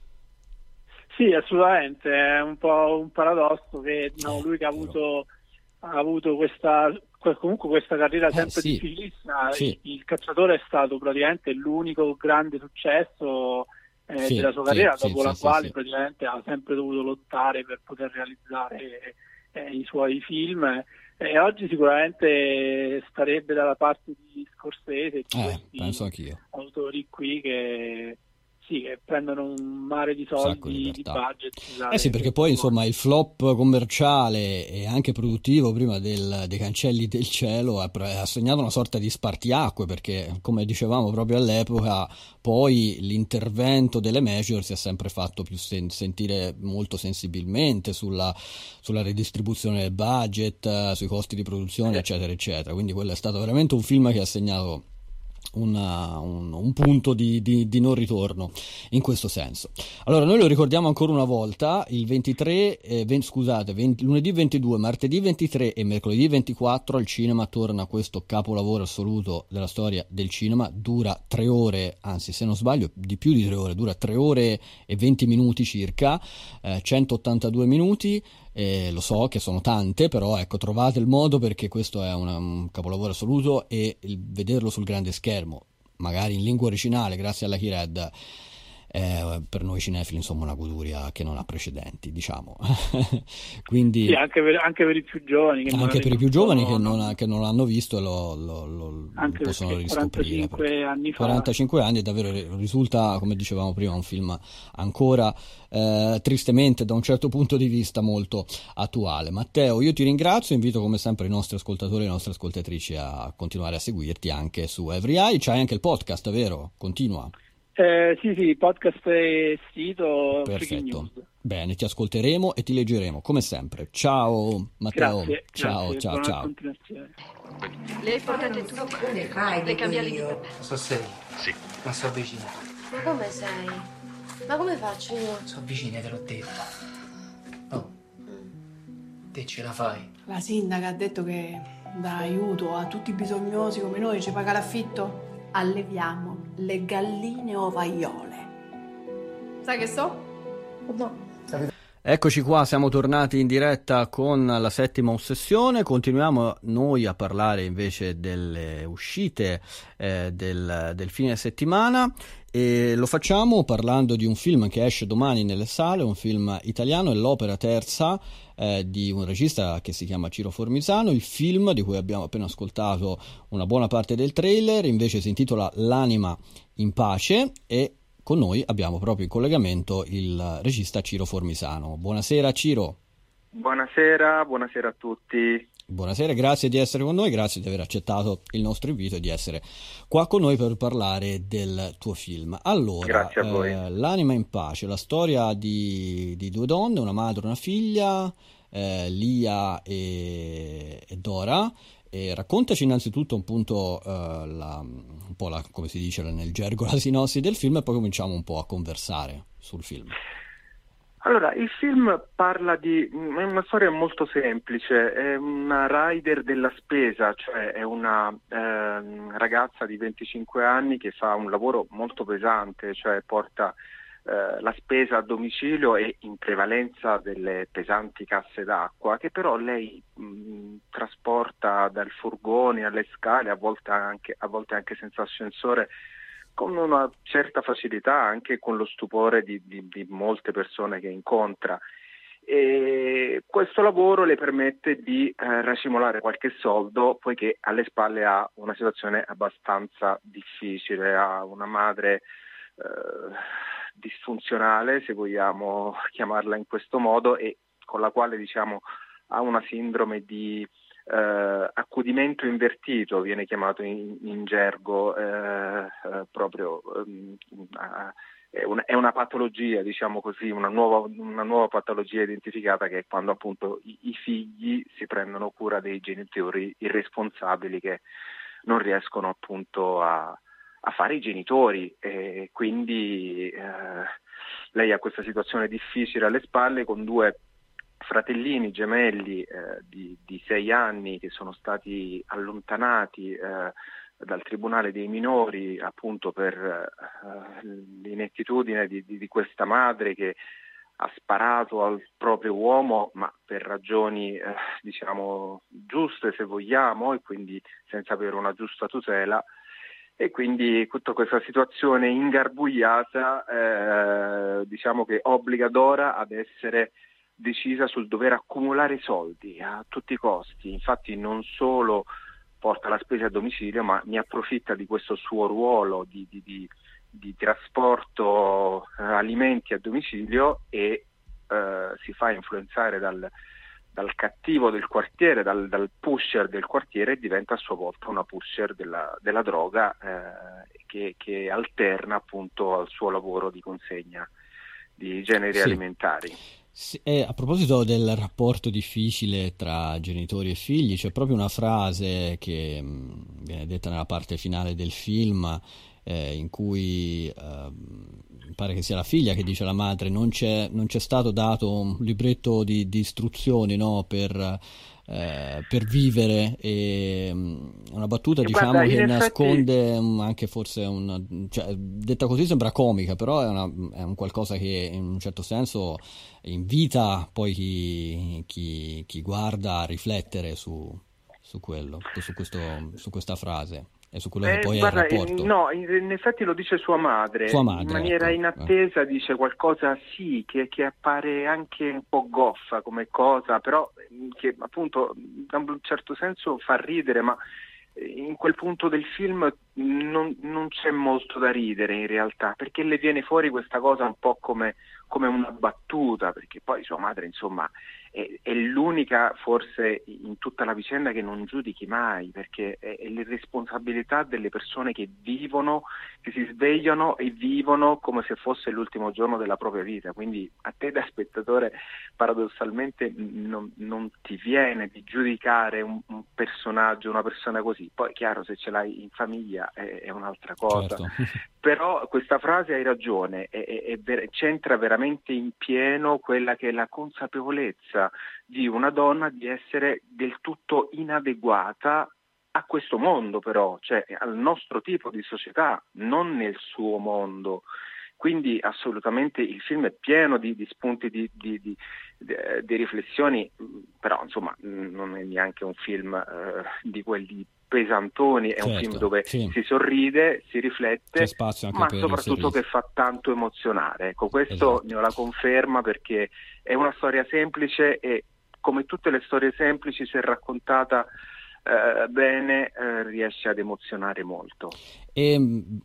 [SPEAKER 10] Sì, assolutamente, è un po' un paradosso che no, lui che ha avuto, ha avuto questa, comunque questa carriera sempre
[SPEAKER 1] eh, sì.
[SPEAKER 10] difficilissima,
[SPEAKER 1] sì.
[SPEAKER 10] il, il Cacciatore è stato praticamente l'unico grande successo eh,
[SPEAKER 1] sì,
[SPEAKER 10] della sua carriera,
[SPEAKER 1] sì,
[SPEAKER 10] dopo
[SPEAKER 1] sì,
[SPEAKER 10] la
[SPEAKER 1] sì,
[SPEAKER 10] quale
[SPEAKER 1] sì.
[SPEAKER 10] praticamente ha sempre dovuto lottare per poter realizzare eh, i suoi film, e eh, oggi sicuramente starebbe dalla parte di Scorsese e di
[SPEAKER 1] Eh,
[SPEAKER 10] questi
[SPEAKER 1] penso anch'io.
[SPEAKER 10] autori qui che sì, che prendono un mare di
[SPEAKER 1] Un sacco
[SPEAKER 10] soldi,
[SPEAKER 1] di
[SPEAKER 10] di
[SPEAKER 1] libertà.
[SPEAKER 10] budget.
[SPEAKER 1] Eh sì, perché poi insomma il flop commerciale e anche produttivo prima del, dei Cancelli del Cielo ha, ha segnato una sorta di spartiacque, perché come dicevamo proprio all'epoca poi l'intervento delle major si è sempre fatto più sen- sentire molto sensibilmente sulla, sulla redistribuzione del budget, uh, sui costi di produzione eccetera eccetera, quindi quello è stato veramente un film che ha segnato Una, un, un punto di, di, di non ritorno in questo senso. Allora noi lo ricordiamo ancora una volta: il ventitré eh, venti, scusate venti, lunedì ventidue, martedì ventitré e mercoledì ventiquattro al cinema torna questo capolavoro assoluto della storia del cinema. Dura tre ore, anzi se non sbaglio di più di tre ore, dura tre ore e venti minuti circa, eh, centottantadue minuti. Eh, lo so che sono tante, però ecco, trovate il modo, perché questo è una, un capolavoro assoluto, e il, vederlo sul grande schermo, magari in lingua originale grazie alla Key-Red, è per noi cinefili insomma una goduria che non ha precedenti, diciamo. Quindi
[SPEAKER 10] sì, anche per, anche per i più giovani che
[SPEAKER 1] anche per i più giovani che non,
[SPEAKER 10] non,
[SPEAKER 1] che non l'hanno visto e lo, lo, lo,
[SPEAKER 10] anche
[SPEAKER 1] lo possono riscoprire.
[SPEAKER 10] quarantacinque anni fa
[SPEAKER 1] quarantacinque anni, davvero risulta, come dicevamo prima, un film ancora eh, tristemente da un certo punto di vista molto attuale. Matteo, io ti ringrazio, invito come sempre i nostri ascoltatori e le nostre ascoltatrici a continuare a seguirti anche su EveryEye. C'hai anche il podcast, vero? Continua.
[SPEAKER 10] Eh, sì, sì, podcast e sito.
[SPEAKER 1] Perfetto. Bene, ti ascolteremo e ti leggeremo come sempre. Ciao Matteo.
[SPEAKER 10] Grazie,
[SPEAKER 1] ciao,
[SPEAKER 10] grazie,
[SPEAKER 1] ciao,
[SPEAKER 10] buona
[SPEAKER 1] ciao.
[SPEAKER 10] continuazione.
[SPEAKER 11] Le hai portate tutto?
[SPEAKER 12] Come fai?
[SPEAKER 11] Le cambiali di
[SPEAKER 12] io?
[SPEAKER 11] papà.
[SPEAKER 12] So sei?
[SPEAKER 9] Sì.
[SPEAKER 12] Ma so vicina.
[SPEAKER 5] Ma come sei? Ma come faccio io?
[SPEAKER 12] So vicina, te l'ho detto. Oh. Te ce la fai.
[SPEAKER 13] La sindaca ha detto che dà aiuto a tutti i bisognosi come noi, ci paga l'affitto. Alleviamo le galline ovaiole. Sai che so?
[SPEAKER 5] No.
[SPEAKER 1] Eccoci qua, siamo tornati in diretta con la settima ossessione. Continuiamo noi a parlare invece delle uscite eh, del, del fine settimana, e lo facciamo parlando di un film che esce domani nelle sale, un film italiano, è l'opera terza eh, di un regista che si chiama Ciro Formisano. Il film, di cui abbiamo appena ascoltato una buona parte del trailer, invece si intitola L'anima in pace, e con noi abbiamo proprio in collegamento il regista Ciro Formisano. Buonasera Ciro.
[SPEAKER 14] Buonasera, buonasera a tutti.
[SPEAKER 1] Buonasera, grazie di essere con noi, grazie di aver accettato il nostro invito e di essere qua con noi per parlare del tuo film. Allora,
[SPEAKER 14] grazie a voi.
[SPEAKER 1] Eh, L'anima in pace, la storia di, di due donne, una madre e una figlia, eh, Lia e, e Dora. E raccontaci innanzitutto un punto, uh, la, un po' la, come si dice nel gergo, la sinossi del film, e poi cominciamo un po' a conversare sul film.
[SPEAKER 14] Allora, il film parla di... è una storia molto semplice, è una rider della spesa, cioè è una eh, ragazza di venticinque anni che fa un lavoro molto pesante, cioè porta eh, la spesa a domicilio e in prevalenza delle pesanti casse d'acqua, che però lei mh, trasporta dal furgone alle scale, a volte anche, a volte anche senza ascensore, con una certa facilità, anche con lo stupore di, di, di molte persone che incontra. E questo lavoro le permette di eh, racimolare qualche soldo, poiché alle spalle ha una situazione abbastanza difficile, ha una madre eh, disfunzionale, se vogliamo chiamarla in questo modo, e con la quale diciamo ha una sindrome di Uh, accudimento invertito, viene chiamato in, in gergo, uh, uh, proprio um, uh, è, un, è una patologia, diciamo così, una nuova, una nuova patologia identificata, che è quando appunto i, i figli si prendono cura dei genitori irresponsabili che non riescono appunto a, a fare i genitori, e quindi uh, lei ha questa situazione difficile alle spalle, con due fratellini gemelli eh, di, di sei anni che sono stati allontanati eh, dal Tribunale dei minori, appunto per eh, l'inettitudine di, di, di questa madre che ha sparato al proprio uomo, ma per ragioni eh, diciamo giuste, se vogliamo, e quindi senza avere una giusta tutela. E quindi tutta questa situazione ingarbugliata eh, diciamo che obbliga Dora ad essere decisa sul dover accumulare soldi a tutti i costi. Infatti non solo porta la spesa a domicilio, ma ne approfitta di questo suo ruolo di, di, di, di trasporto eh, alimenti a domicilio e eh, si fa influenzare dal, dal cattivo del quartiere, dal, dal pusher del quartiere, e diventa a sua volta una pusher della, della droga eh, che, che alterna appunto al suo lavoro di consegna di generi
[SPEAKER 1] sì.
[SPEAKER 14] alimentari.
[SPEAKER 1] Sì, e a proposito del rapporto difficile tra genitori e figli, c'è proprio una frase che mh, viene detta nella parte finale del film eh, in cui eh, mi pare che sia la figlia che dice alla madre: non c'è, non c'è stato dato un libretto di, di istruzioni, no, per, eh, per vivere, e mh, una battuta e diciamo guarda, che effetti... nasconde um, anche forse un, cioè, detta così sembra comica, però è, una, è un qualcosa che in un certo senso invita poi chi, chi, chi guarda a riflettere su, su quello, su, questo, su questa frase e su quello eh, che poi
[SPEAKER 14] guarda,
[SPEAKER 1] è il rapporto.
[SPEAKER 14] No, in effetti lo dice sua madre,
[SPEAKER 1] sua madre
[SPEAKER 14] in maniera
[SPEAKER 1] ecco.
[SPEAKER 14] inattesa eh. dice qualcosa sì, che, che appare anche un po' goffa come cosa, però che appunto da un certo senso fa ridere, ma in quel punto del film non, non c'è molto da ridere in realtà, perché le viene fuori questa cosa un po' come, come una battuta, perché poi sua madre insomma è, è l'unica forse in tutta la vicenda che non giudichi mai, perché è, è l'irresponsabilità delle persone che vivono, che si svegliano e vivono come se fosse l'ultimo giorno della propria vita, quindi a te da spettatore paradossalmente non, non ti viene di giudicare un, un personaggio, una persona così. Poi chiaro, se ce l'hai in famiglia è, è un'altra cosa, certo. Però questa frase, hai ragione, è, è, è ver- c'entra veramente in pieno quella che è la consapevolezza di una donna di essere del tutto inadeguata a questo mondo, però, cioè al nostro tipo di società, non nel suo mondo. Quindi assolutamente il film è pieno di, di spunti di, di, di, di, di riflessioni, però insomma non è neanche un film eh, di quelli pesantoni, è certo, un film dove sì. si sorride, si riflette, ma soprattutto che fa tanto emozionare. Ecco, questo esatto. ne ho la conferma, perché è una storia semplice e come tutte le storie semplici, se raccontata Uh, bene, uh, riesce ad emozionare molto.
[SPEAKER 1] E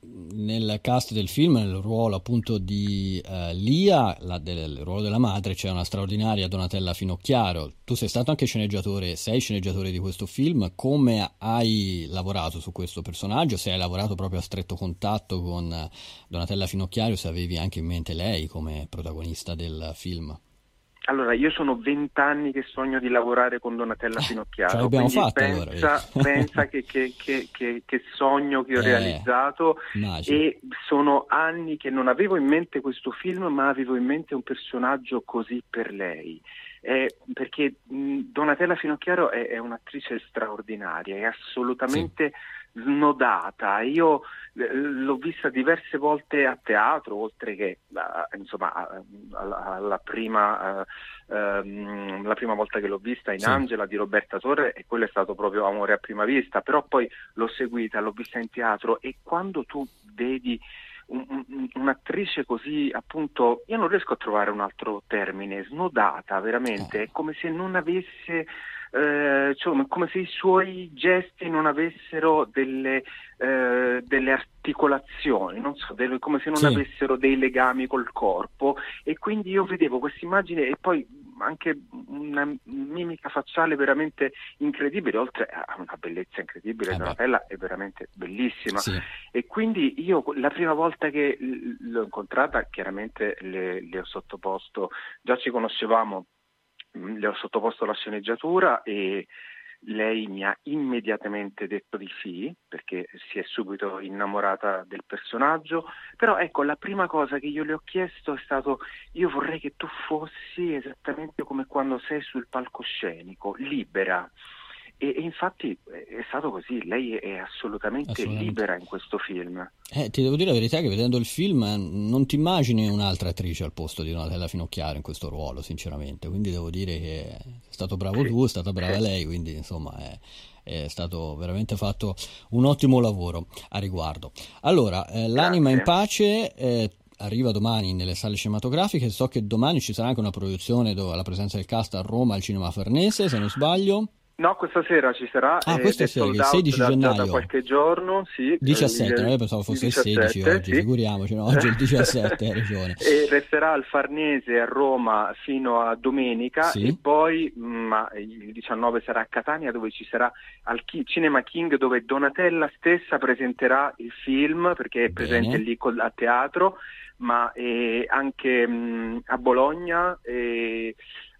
[SPEAKER 1] nel cast del film, nel ruolo appunto di uh, Lia, la, del, il ruolo della madre, c'è una straordinaria Donatella Finocchiaro. Tu sei stato anche sceneggiatore, sei sceneggiatore di questo film. Come hai lavorato su questo personaggio? Se hai lavorato proprio a stretto contatto con Donatella Finocchiaro, se avevi anche in mente lei come protagonista del film?
[SPEAKER 14] Allora, io sono vent'anni che sogno di lavorare con Donatella Finocchiaro,
[SPEAKER 1] ce l'abbiamo
[SPEAKER 14] quindi
[SPEAKER 1] fatta,
[SPEAKER 14] pensa,
[SPEAKER 1] allora.
[SPEAKER 14] pensa che, che, che, che, che sogno che ho eh, realizzato
[SPEAKER 1] immagino.
[SPEAKER 14] E sono anni che non avevo in mente questo film, ma avevo in mente un personaggio così per lei. Eh, perché mh, Donatella Finocchiaro è, è un'attrice straordinaria, è assolutamente sì. snodata. Io eh, l'ho vista diverse volte a teatro, oltre che uh, insomma alla, alla prima uh, um, la prima volta che l'ho vista in sì. Angela di Roberta Torre, e quello è stato proprio amore a prima vista, però poi l'ho seguita, l'ho vista in teatro, e quando tu vedi Un, un, un'attrice così, appunto, io non riesco a trovare un altro termine, snodata veramente, è come se non avesse eh, cioè, come se i suoi gesti non avessero delle, eh, delle articolazioni, non so, delle, come se non sì. avessero dei legami col corpo, e quindi io vedevo questa immagine e poi anche una mimica facciale veramente incredibile, oltre a una bellezza incredibile. Eh Donatella è veramente bellissima,
[SPEAKER 1] sì.
[SPEAKER 14] e quindi io la prima volta che l'ho incontrata chiaramente le, le ho sottoposto, già ci conoscevamo, le ho sottoposto la sceneggiatura e lei mi ha immediatamente detto di sì, perché si è subito innamorata del personaggio. Però ecco, la prima cosa che io le ho chiesto è stato: io vorrei che tu fossi esattamente come quando sei sul palcoscenico, libera. e, e infatti è stato così, lei è assolutamente, assolutamente libera in questo film.
[SPEAKER 1] Eh, ti devo dire la verità che vedendo il film non ti immagini un'altra attrice al posto di Donatella Finocchiaro in questo ruolo, sinceramente, quindi devo dire che è stato bravo sì. tu, è stata brava sì. lei, quindi insomma è, è stato veramente fatto un ottimo lavoro a riguardo. Allora, eh, L'anima in pace eh, arriva domani nelle sale cinematografiche, so che domani ci sarà anche una produzione dove la presenza del cast a Roma al Cinema Farnese, se non sbaglio.
[SPEAKER 14] No, questa sera ci sarà.
[SPEAKER 1] Ah, questa sera, il sedici gennaio.
[SPEAKER 14] Da, da qualche giorno, sì.
[SPEAKER 1] diciassette, eh, io pensavo fosse il, il sedici oggi, sì. Figuriamoci, no? Oggi è il diciassette, hai ragione.
[SPEAKER 14] E resterà al Farnese a Roma fino a domenica, sì. E poi ma, il diciannove sarà a Catania, dove ci sarà al Cinema King, dove Donatella stessa presenterà il film, perché è presente Bene. lì col, a teatro, ma eh, anche mh, a Bologna e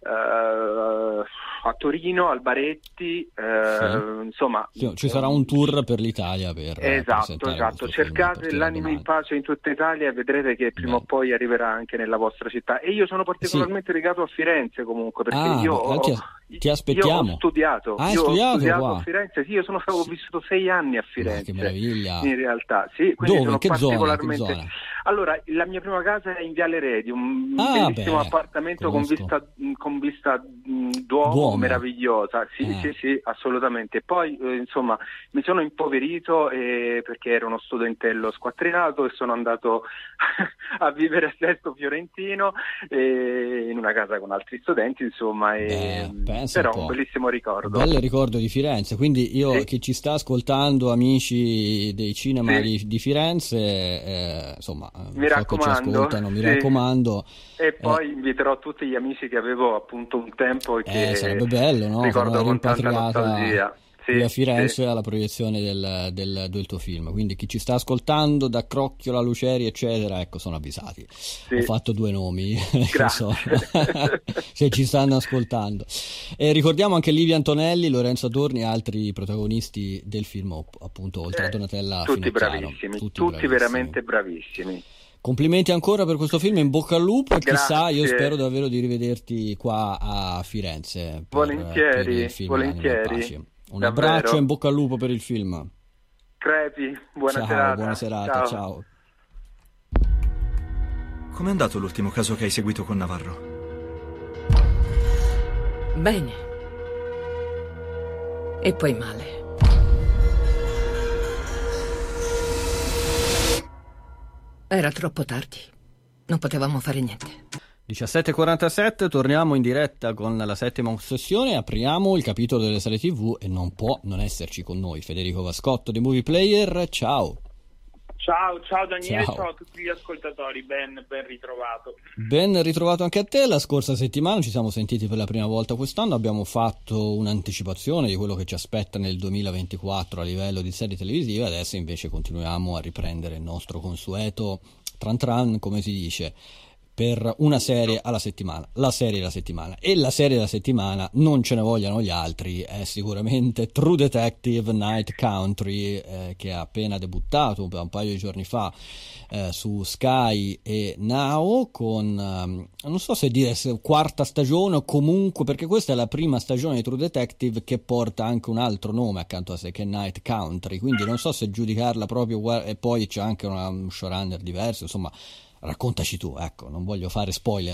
[SPEAKER 14] Uh, a Torino, al Baretti, uh, sì. insomma
[SPEAKER 1] sì, ci sarà un tour per l'Italia per
[SPEAKER 14] esatto, esatto. Cercate L'anima in pace in tutta Italia e vedrete che prima Beh. o poi arriverà anche nella vostra città. E io sono particolarmente sì. legato a Firenze comunque, perché
[SPEAKER 1] ah,
[SPEAKER 14] io
[SPEAKER 1] ho, ti, ti aspettiamo.
[SPEAKER 14] Io ho studiato,
[SPEAKER 1] ah,
[SPEAKER 14] io
[SPEAKER 1] studiato,
[SPEAKER 14] ho studiato
[SPEAKER 1] qua.
[SPEAKER 14] a Firenze, sì, io sono stato, ho vissuto sei anni a Firenze.
[SPEAKER 1] Ah, che meraviglia!
[SPEAKER 14] In realtà, sì, quindi
[SPEAKER 1] Dove?
[SPEAKER 14] sono
[SPEAKER 1] Che
[SPEAKER 14] particolarmente.
[SPEAKER 1] Zona? Che zona?
[SPEAKER 14] Allora, la mia prima casa è in Viale Redi, un
[SPEAKER 1] ah,
[SPEAKER 14] bellissimo
[SPEAKER 1] beh,
[SPEAKER 14] appartamento con vista, con vista mh, Duomo, Duomo meravigliosa, sì, eh. sì, sì, assolutamente. Poi, eh, insomma, mi sono impoverito eh, perché ero uno studentello squattrinato e sono andato a vivere a Sesto Fiorentino eh, in una casa con altri studenti, insomma, e,
[SPEAKER 1] Beh,
[SPEAKER 14] però
[SPEAKER 1] un,
[SPEAKER 14] un bellissimo ricordo.
[SPEAKER 1] Bel ricordo di Firenze, quindi io
[SPEAKER 14] sì.
[SPEAKER 1] chi ci sta ascoltando, amici dei cinema sì. di, di Firenze, eh, insomma,
[SPEAKER 14] mi
[SPEAKER 1] so
[SPEAKER 14] raccomando,
[SPEAKER 1] che ci ascoltano, mi
[SPEAKER 14] sì.
[SPEAKER 1] raccomando.
[SPEAKER 14] E poi
[SPEAKER 1] eh,
[SPEAKER 14] inviterò tutti gli amici che avevo appunto un tempo e che
[SPEAKER 1] eh, sarebbe bello, no?
[SPEAKER 14] ricordo con tanta nostalgia. Sì,
[SPEAKER 1] qui a Firenze
[SPEAKER 14] sì.
[SPEAKER 1] alla proiezione del, del, del tuo film, quindi chi ci sta ascoltando da Crocchiola, Luceri eccetera, ecco, sono avvisati. Sì. Ho fatto due nomi so. Se ci stanno ascoltando, e ricordiamo anche Livia Antonelli, Lorenzo Adorni e altri protagonisti del film, appunto, oltre
[SPEAKER 14] eh,
[SPEAKER 1] a Donatella
[SPEAKER 14] tutti
[SPEAKER 1] Finocchiaro.
[SPEAKER 14] bravissimi, tutti, tutti
[SPEAKER 1] bravissimi.
[SPEAKER 14] veramente bravissimi.
[SPEAKER 1] Complimenti ancora per questo film, in bocca al lupo, e
[SPEAKER 14] Grazie.
[SPEAKER 1] chissà, io spero davvero di rivederti qua a Firenze per,
[SPEAKER 14] volentieri,
[SPEAKER 1] per il film
[SPEAKER 14] volentieri.
[SPEAKER 1] Un
[SPEAKER 14] Davvero.
[SPEAKER 1] abbraccio e in bocca al lupo per il film.
[SPEAKER 14] Crepi, buona
[SPEAKER 1] ciao,
[SPEAKER 14] serata.
[SPEAKER 1] Buona serata, ciao. ciao.
[SPEAKER 15] Com'è andato l'ultimo caso che hai seguito con Navarro?
[SPEAKER 16] Bene. E poi male. Era troppo tardi. Non potevamo fare niente.
[SPEAKER 1] diciassette e quarantasette, torniamo in diretta con la settima ossessione, apriamo il capitolo delle sale tivù e non può non esserci con noi Federico Vascotto di Movie Player. Ciao.
[SPEAKER 17] Ciao, ciao Daniele,
[SPEAKER 1] ciao.
[SPEAKER 17] ciao a tutti gli ascoltatori, ben, ben ritrovato.
[SPEAKER 1] Ben ritrovato anche a te. La scorsa settimana ci siamo sentiti per la prima volta quest'anno, abbiamo fatto un'anticipazione di quello che ci aspetta nel duemilaventiquattro a livello di serie televisive, adesso invece continuiamo a riprendere il nostro consueto tran tran, come si dice, per una serie alla settimana, la serie della settimana, e la serie della settimana, non ce ne vogliano gli altri, è sicuramente True Detective Night Country, eh, che ha appena debuttato un, un paio di giorni fa eh, su Sky e Now, con um, non so se dire se quarta stagione o comunque, perché questa è la prima stagione di True Detective che porta anche un altro nome accanto a sé, che è Night Country, quindi non so se giudicarla proprio, e poi c'è anche una, un showrunner diverso, insomma. Raccontaci tu, ecco, non voglio fare spoiler.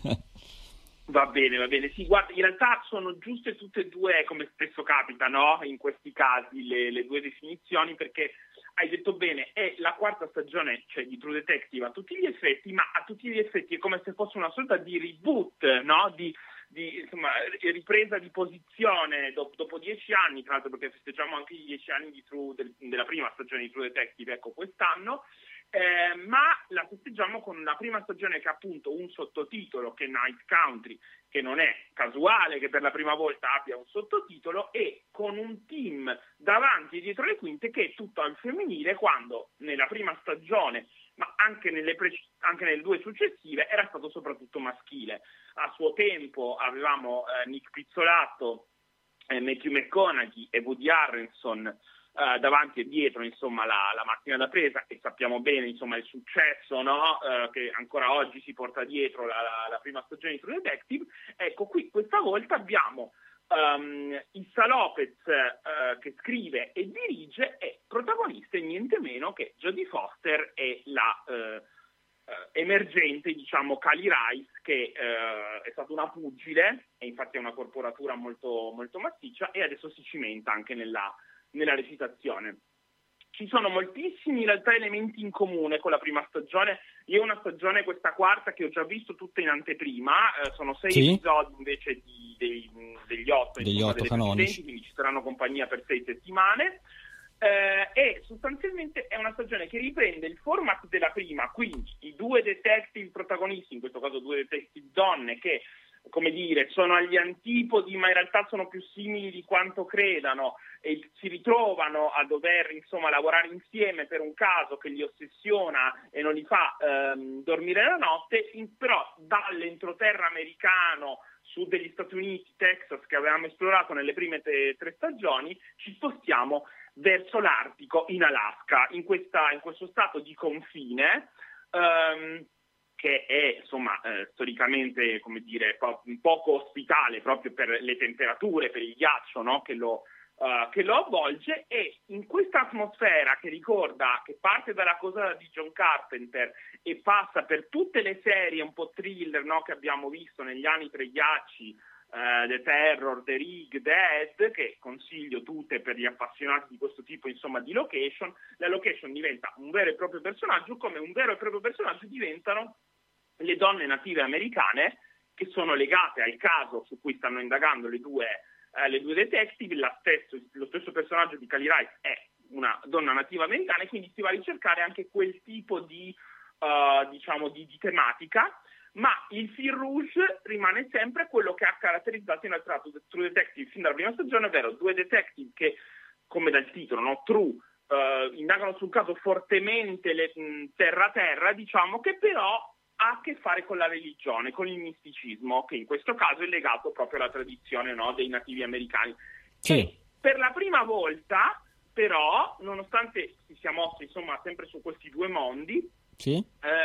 [SPEAKER 17] Va bene, va bene. Sì, guarda, in realtà sono giuste tutte e due, come spesso capita, no? In questi casi, le, le due definizioni, perché hai detto bene, è la quarta stagione, cioè di True Detective a tutti gli effetti, ma a tutti gli effetti è come se fosse una sorta di reboot, no? Di, di insomma, ripresa di posizione dopo, dopo dieci anni, tra l'altro, perché festeggiamo anche i dieci anni di True, del, della prima stagione di True Detective, ecco, quest'anno. Eh, ma la festeggiamo con una prima stagione che ha appunto un sottotitolo, che è Night Country, che non è casuale che per la prima volta abbia un sottotitolo, e con un team davanti e dietro le quinte che è tutto al femminile, quando nella prima stagione, ma anche nelle, pre- anche nelle due successive, era stato soprattutto maschile. A suo tempo avevamo eh, Nick Pizzolatto, eh, Matthew McConaughey e Woody Harrelson Uh, davanti e dietro, insomma, la, la macchina da presa, e sappiamo bene, insomma, il successo, no? Uh, che ancora oggi si porta dietro la, la, la prima stagione di True Detective. Ecco, qui questa volta abbiamo Um, Issa Lopez, uh, che scrive e dirige, è protagonista e niente meno che Jodie Foster e la uh, uh, emergente, diciamo, Kali Rice, che uh, è stata una pugile e infatti è una corporatura molto, molto massiccia e adesso si cimenta anche nella, nella recitazione. Ci sono moltissimi in realtà elementi in comune con la prima stagione. Io ho una stagione, questa quarta, che ho già visto tutta in anteprima, eh, sono sei sì. episodi invece di, dei, degli otto,
[SPEAKER 1] degli
[SPEAKER 17] insomma,
[SPEAKER 1] otto canonici,
[SPEAKER 17] quindi ci saranno compagnia per sei settimane. Eh, e sostanzialmente è una stagione che riprende il format della prima, quindi i due detective protagonisti, in questo caso due detective donne, che, come dire, sono agli antipodi ma in realtà sono più simili di quanto credano e si ritrovano a dover, insomma, lavorare insieme per un caso che li ossessiona e non li fa ehm, dormire la notte. In, però dall'entroterra americano, sud degli Stati Uniti, Texas, che avevamo esplorato nelle prime te, tre stagioni, ci spostiamo verso l'Artico, in Alaska, in, questa, in questo stato di confine ehm, che è, insomma, eh, storicamente, come dire, po- poco ospitale proprio per le temperature, per il ghiaccio, no? che lo Uh, che lo avvolge, e in questa atmosfera che ricorda, che parte dalla cosa di John Carpenter e passa per tutte le serie un po' thriller, no, che abbiamo visto negli anni tra i ghiacci, uh, The Terror, The Rig, The Head, che consiglio tutte per gli appassionati di questo tipo, insomma, di location. La location diventa un vero e proprio personaggio, come un vero e proprio personaggio diventano le donne native americane che sono legate al caso su cui stanno indagando le due Eh, le due detective. La stesso, lo stesso personaggio di Kali Rice è una donna nativa americana, e quindi si va a ricercare anche quel tipo di, uh, diciamo, di, di tematica, ma il fil rouge rimane sempre quello che ha caratterizzato in realtà True Detective fin dalla prima stagione, ovvero due detective che, come dal titolo, no, True, uh, indagano sul caso fortemente le, mh, terra-terra, diciamo, che però ha a che fare con la religione, con il misticismo, che in questo caso è legato proprio alla tradizione, no, dei nativi americani.
[SPEAKER 1] Sì.
[SPEAKER 17] E per la prima volta, però, nonostante si sia mosso, insomma, sempre su questi due mondi,
[SPEAKER 1] sì.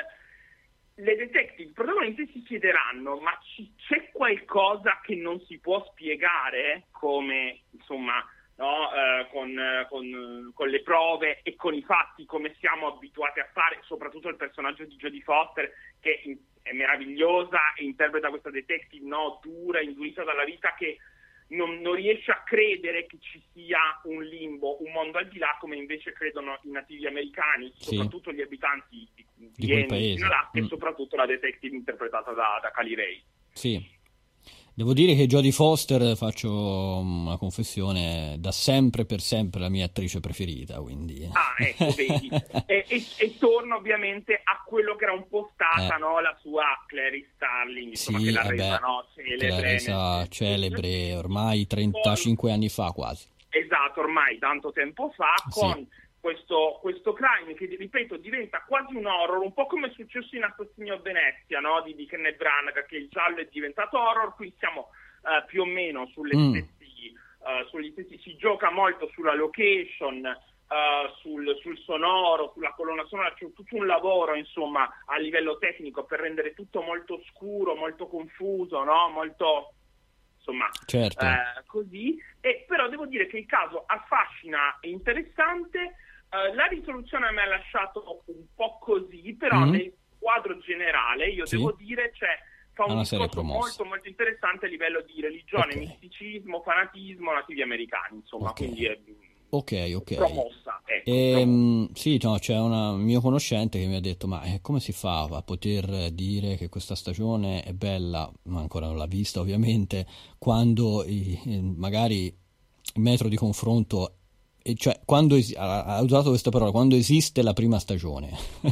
[SPEAKER 17] eh, le detective protagoniste si chiederanno: ma ci, c'è qualcosa che non si può spiegare, come, insomma, no, eh, con, con, con le prove e con i fatti, come siamo abituati a fare, soprattutto il personaggio di Jodie Foster, che è meravigliosa e interpreta questa detective, no, dura, indurita dalla vita, che non, non riesce a credere che ci sia un limbo, un mondo al di là, come invece credono i nativi americani,
[SPEAKER 1] sì.
[SPEAKER 17] soprattutto gli abitanti di, di,
[SPEAKER 1] di quel paese,
[SPEAKER 17] in Alaska,
[SPEAKER 1] mm.
[SPEAKER 17] e soprattutto la detective interpretata da, da Kali Rice.
[SPEAKER 1] Sì. Devo dire che Jodie Foster, faccio una confessione, da sempre per sempre la mia attrice preferita, quindi...
[SPEAKER 17] Ah, ecco, vedi. e, e, e torno ovviamente a quello che era un po' stata,
[SPEAKER 1] eh.
[SPEAKER 17] no, la sua Clarice Starling, insomma,
[SPEAKER 1] sì,
[SPEAKER 17] che l'ha
[SPEAKER 1] eh
[SPEAKER 17] resa,
[SPEAKER 1] beh,
[SPEAKER 17] no, celebre.
[SPEAKER 1] che l'ha resa celebre ormai trentacinque anni fa quasi.
[SPEAKER 17] Esatto, ormai tanto tempo fa, con...
[SPEAKER 1] Sì.
[SPEAKER 17] Questo, questo crime che, ripeto, diventa quasi un horror, un po' come è successo in Assassino a Venezia, no? di, di Kenneth Branagh, che il giallo è diventato horror. Qui siamo uh, più o meno sulle
[SPEAKER 1] mm.
[SPEAKER 17] stessi, uh, sugli stessi, si gioca molto sulla location, uh, sul, sul sonoro, sulla colonna sonora, c'è tutto un lavoro, insomma, a livello tecnico per rendere tutto molto scuro, molto confuso, no? Molto... insomma,
[SPEAKER 1] certo.
[SPEAKER 17] eh, così. E però devo dire che il caso affascina e interessante. Uh, la risoluzione mi ha lasciato un po' così, però mm. nel quadro generale io sì. devo dire cioè, fa un discorso molto molto interessante a livello di religione, okay. misticismo, fanatismo, nativi americani, insomma, okay. quindi è
[SPEAKER 1] ok, ok.
[SPEAKER 17] promossa. Ecco,
[SPEAKER 1] e,
[SPEAKER 17] promossa.
[SPEAKER 1] Sì, no, c'è un mio conoscente che mi ha detto: ma eh, come si fa a poter dire che questa stagione è bella, ma ancora non l'ha vista ovviamente, quando i, magari il metro di confronto, cioè quando es- ha usato questa parola, quando esiste la prima stagione.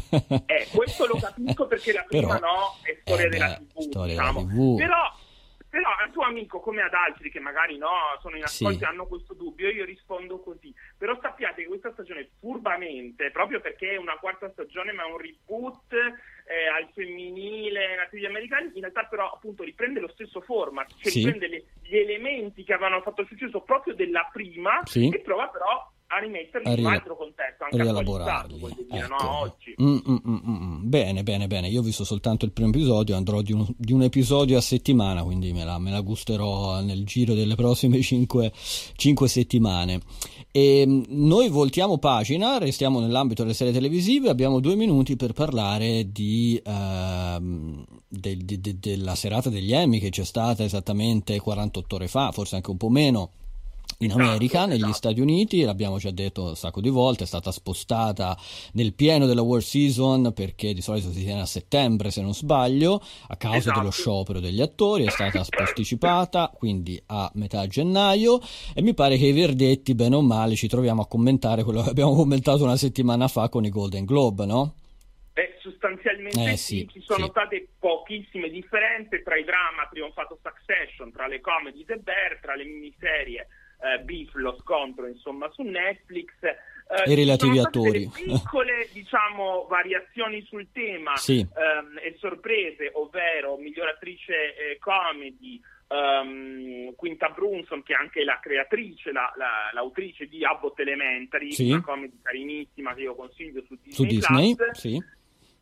[SPEAKER 17] eh, questo lo capisco, perché la prima però, no è storia
[SPEAKER 1] eh
[SPEAKER 17] della
[SPEAKER 1] beh,
[SPEAKER 17] tivù,
[SPEAKER 1] storia
[SPEAKER 17] diciamo.
[SPEAKER 1] della tivù.
[SPEAKER 17] Però Però al tuo amico, come ad altri che magari no sono in ascolto
[SPEAKER 1] sì.
[SPEAKER 17] e hanno questo dubbio, io rispondo così. Però sappiate che questa stagione furbamente, proprio perché è una quarta stagione ma è un reboot eh, al femminile, nativi americani, in realtà però appunto riprende lo stesso format, cioè
[SPEAKER 1] sì.
[SPEAKER 17] riprende le, gli elementi che avevano fatto successo proprio della prima,
[SPEAKER 1] sì.
[SPEAKER 17] e prova però a rimetterli
[SPEAKER 1] a
[SPEAKER 17] in un
[SPEAKER 1] ri-
[SPEAKER 17] altro contesto, anche attualizzato, voglio dire,
[SPEAKER 1] ecco,
[SPEAKER 17] no, oggi.
[SPEAKER 1] Mm, mm, mm, mm. Bene, bene, bene. Io ho visto soltanto il primo episodio, andrò di un, di un episodio a settimana, quindi me la, me la gusterò nel giro delle prossime cinque settimane. E noi voltiamo pagina, restiamo nell'ambito delle serie televisive, abbiamo due minuti per parlare di, uh, de, de, de, della serata degli Emmy che c'è stata esattamente quarantotto ore fa, forse anche un po' meno, in America, esatto, negli esatto. Stati Uniti. L'abbiamo già detto un sacco di volte, è stata spostata nel pieno della World Season, perché di solito si tiene a settembre se non sbaglio, a causa esatto. dello sciopero degli attori, è stata posticipata quindi a metà gennaio, e mi pare che i verdetti bene o male ci troviamo a commentare quello che abbiamo commentato una settimana fa con i Golden Globe, no?
[SPEAKER 17] Eh, sostanzialmente
[SPEAKER 1] eh,
[SPEAKER 17] sì,
[SPEAKER 1] sì,
[SPEAKER 17] ci sono
[SPEAKER 1] sì.
[SPEAKER 17] state pochissime differenze tra i dramma, trionfato Succession, tra le comedy The Bear, tra le miniserie Uh, Beef, lo scontro insomma su Netflix, uh,
[SPEAKER 1] e i relativi
[SPEAKER 17] sono
[SPEAKER 1] attori,
[SPEAKER 17] delle piccole diciamo variazioni sul tema,
[SPEAKER 1] sì.
[SPEAKER 17] um, e sorprese, ovvero miglior attrice eh, comedy um, Quinta Brunson, che è anche la creatrice, la, la, l'autrice di Abbott Elementary,
[SPEAKER 1] sì.
[SPEAKER 17] una comedy carinissima che io consiglio su Disney,
[SPEAKER 1] su Disney
[SPEAKER 17] Plus.
[SPEAKER 1] sì.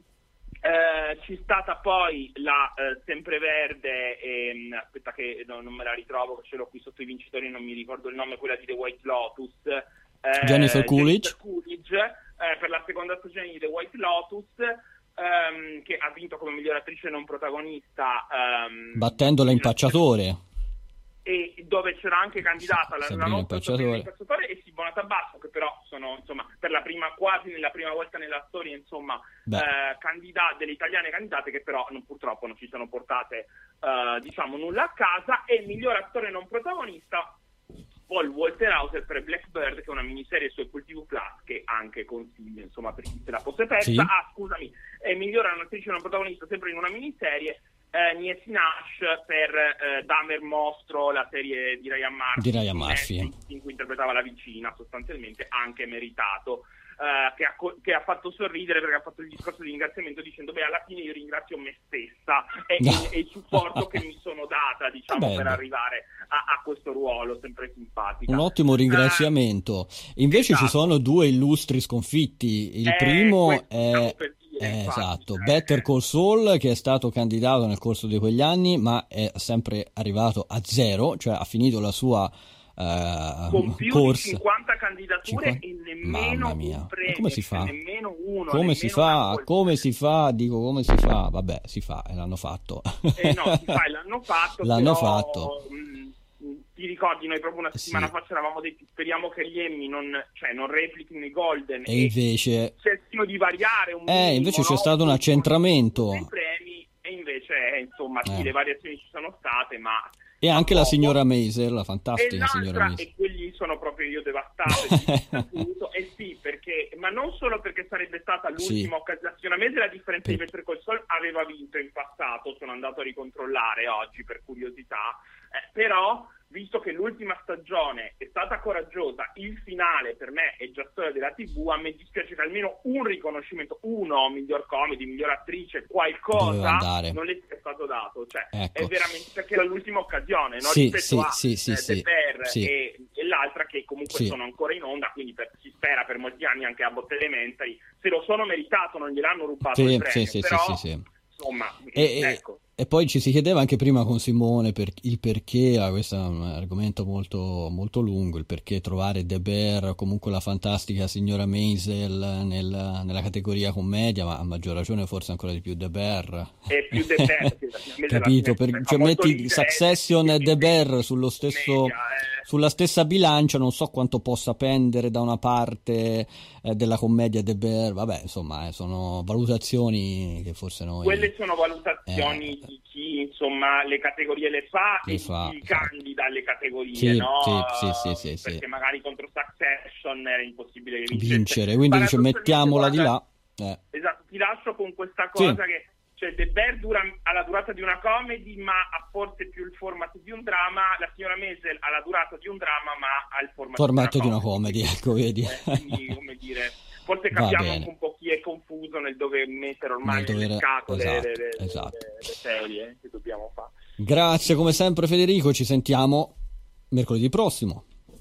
[SPEAKER 17] Uh, c'è stata poi la uh, sempreverde, ehm, aspetta che no, non me la ritrovo, che ce l'ho qui sotto i vincitori, non mi ricordo il nome, quella di The White Lotus, uh,
[SPEAKER 1] Jennifer Coolidge,
[SPEAKER 17] Jennifer Coolidge uh, per la seconda stagione di The White Lotus, um, che ha vinto come miglior attrice non protagonista, um,
[SPEAKER 1] battendola Impacciatore,
[SPEAKER 17] e dove c'era anche candidata la, la nostra
[SPEAKER 1] Impacciatore.
[SPEAKER 17] Impacciatore e Simona Tabasco, che però sono insomma per la prima, quasi nella prima volta nella storia insomma eh, candidate, delle italiane candidate, che però non, purtroppo non ci sono portate eh, diciamo nulla a casa. E il miglior attore non protagonista Paul Walter Hauser per Blackbird, che è una miniserie su Apple T V Plus, che anche consiglio insomma per chi se la fosse persa.
[SPEAKER 1] Sì.
[SPEAKER 17] Ah scusami, è miglior attrice non protagonista sempre in una miniserie Eh, Niecy Nash per eh, Dahmer Mostro, la serie di Ryan Murphy,
[SPEAKER 1] di Ryan Murphy.
[SPEAKER 17] In, in cui interpretava la vicina, sostanzialmente anche meritato, eh, che, ha, che ha fatto sorridere perché ha fatto il discorso di ringraziamento dicendo beh alla fine io ringrazio me stessa e, e, e il supporto che mi sono data diciamo Vabbè, per arrivare a, a questo ruolo, sempre simpatica.
[SPEAKER 1] Un ottimo ringraziamento. Invece esatto. ci sono due illustri sconfitti, il eh, primo è... Eh, esatto, cioè, Better Call Saul, che è stato candidato nel corso di quegli anni ma è sempre arrivato a zero, cioè ha finito la sua uh,
[SPEAKER 17] con più
[SPEAKER 1] corsa.
[SPEAKER 17] di cinquanta candidature
[SPEAKER 1] cinquanta
[SPEAKER 17] e nemmeno
[SPEAKER 1] Mamma mia.
[SPEAKER 17] un premio,
[SPEAKER 1] come si fa?
[SPEAKER 17] Nemmeno uno,
[SPEAKER 1] come
[SPEAKER 17] nemmeno
[SPEAKER 1] si fa? Come si fa? Dico come si fa? Vabbè, si fa e l'hanno fatto.
[SPEAKER 17] Eh no, si fa e l'hanno fatto.
[SPEAKER 1] L'hanno
[SPEAKER 17] però,
[SPEAKER 1] fatto.
[SPEAKER 17] Mh, ti ricordi, noi proprio una settimana
[SPEAKER 1] sì.
[SPEAKER 17] fa ci eravamo detti speriamo che gli Emmy non, cioè, non replichino i Golden
[SPEAKER 1] e, e invece
[SPEAKER 17] cerchino di variare un
[SPEAKER 1] eh
[SPEAKER 17] minimo,
[SPEAKER 1] invece c'è
[SPEAKER 17] no?
[SPEAKER 1] stato un accentramento
[SPEAKER 17] dei premi, e invece insomma sì,
[SPEAKER 1] eh.
[SPEAKER 17] le variazioni ci sono state, ma
[SPEAKER 1] e anche
[SPEAKER 17] la
[SPEAKER 1] signora Maisel, la fantastica
[SPEAKER 17] e
[SPEAKER 1] signora Maisel,
[SPEAKER 17] e quelli sono proprio io devastato. E sì, perché ma non solo perché sarebbe stata l'ultima
[SPEAKER 1] sì.
[SPEAKER 17] occasione, la Maisel, a differenza
[SPEAKER 1] per...
[SPEAKER 17] di Better Call Saul, aveva vinto in passato, sono andato a ricontrollare oggi per curiosità, eh, però visto che l'ultima stagione è stata coraggiosa, il finale per me è già storia della tivù, a me dispiace che almeno un riconoscimento, uno, miglior comedy, miglior attrice, qualcosa non le sia stato dato, cioè
[SPEAKER 1] ecco.
[SPEAKER 17] è veramente perché era l'ultima occasione, no?
[SPEAKER 1] Sì,
[SPEAKER 17] rispetto
[SPEAKER 1] sì,
[SPEAKER 17] a
[SPEAKER 1] sì, sì,
[SPEAKER 17] eh,
[SPEAKER 1] sì,
[SPEAKER 17] The Bear
[SPEAKER 1] sì.
[SPEAKER 17] e, e l'altra che comunque
[SPEAKER 1] sì.
[SPEAKER 17] sono ancora in onda, quindi per, si spera per molti anni anche a Abbott Elementary, se lo sono meritato, non gliel'hanno rubato
[SPEAKER 1] sì,
[SPEAKER 17] il premio,
[SPEAKER 1] sì,
[SPEAKER 17] però
[SPEAKER 1] sì, sì, sì.
[SPEAKER 17] insomma,
[SPEAKER 1] e,
[SPEAKER 17] ecco.
[SPEAKER 1] E poi ci si chiedeva anche prima con Simone per il perché, ah, questo è un argomento molto, molto lungo, il perché trovare The Bear, comunque la fantastica signora Maisel nel, nella categoria commedia, ma a maggior ragione forse ancora di più The Bear.
[SPEAKER 17] E più The Bear,
[SPEAKER 1] capito? Per, cioè metti Succession e The Bear sullo stesso, media, eh. sulla stessa bilancia, non so quanto possa pendere da una parte eh, della commedia The Bear, vabbè insomma eh, sono valutazioni che forse noi...
[SPEAKER 17] Quelle sono valutazioni eh, di chi insomma le categorie le fa
[SPEAKER 1] le
[SPEAKER 17] e
[SPEAKER 1] fa,
[SPEAKER 17] chi candida esatto. alle categorie,
[SPEAKER 1] sì,
[SPEAKER 17] no?
[SPEAKER 1] Sì, sì, sì, sì,
[SPEAKER 17] perché
[SPEAKER 1] sì.
[SPEAKER 17] magari contro Succession era impossibile vincere,
[SPEAKER 1] vincere quindi dice mettiamola
[SPEAKER 17] guarda,
[SPEAKER 1] di là eh.
[SPEAKER 17] Esatto, ti lascio con questa cosa
[SPEAKER 1] sì.
[SPEAKER 17] che cioè The Bear dura alla durata di una comedy ma ha forse più il format di un dramma, la signora Maisel ha la durata di un dramma ma ha il format
[SPEAKER 1] formato
[SPEAKER 17] di una comedy,
[SPEAKER 1] di una comedy ecco vedi
[SPEAKER 17] eh, quindi come dire forse capiamo anche un po' chi è confuso nel dover mettere ormai nel nelle scatole
[SPEAKER 1] esatto,
[SPEAKER 17] le, le,
[SPEAKER 1] esatto.
[SPEAKER 17] le, le serie che dobbiamo fare.
[SPEAKER 1] Grazie come sempre Federico, ci sentiamo mercoledì prossimo.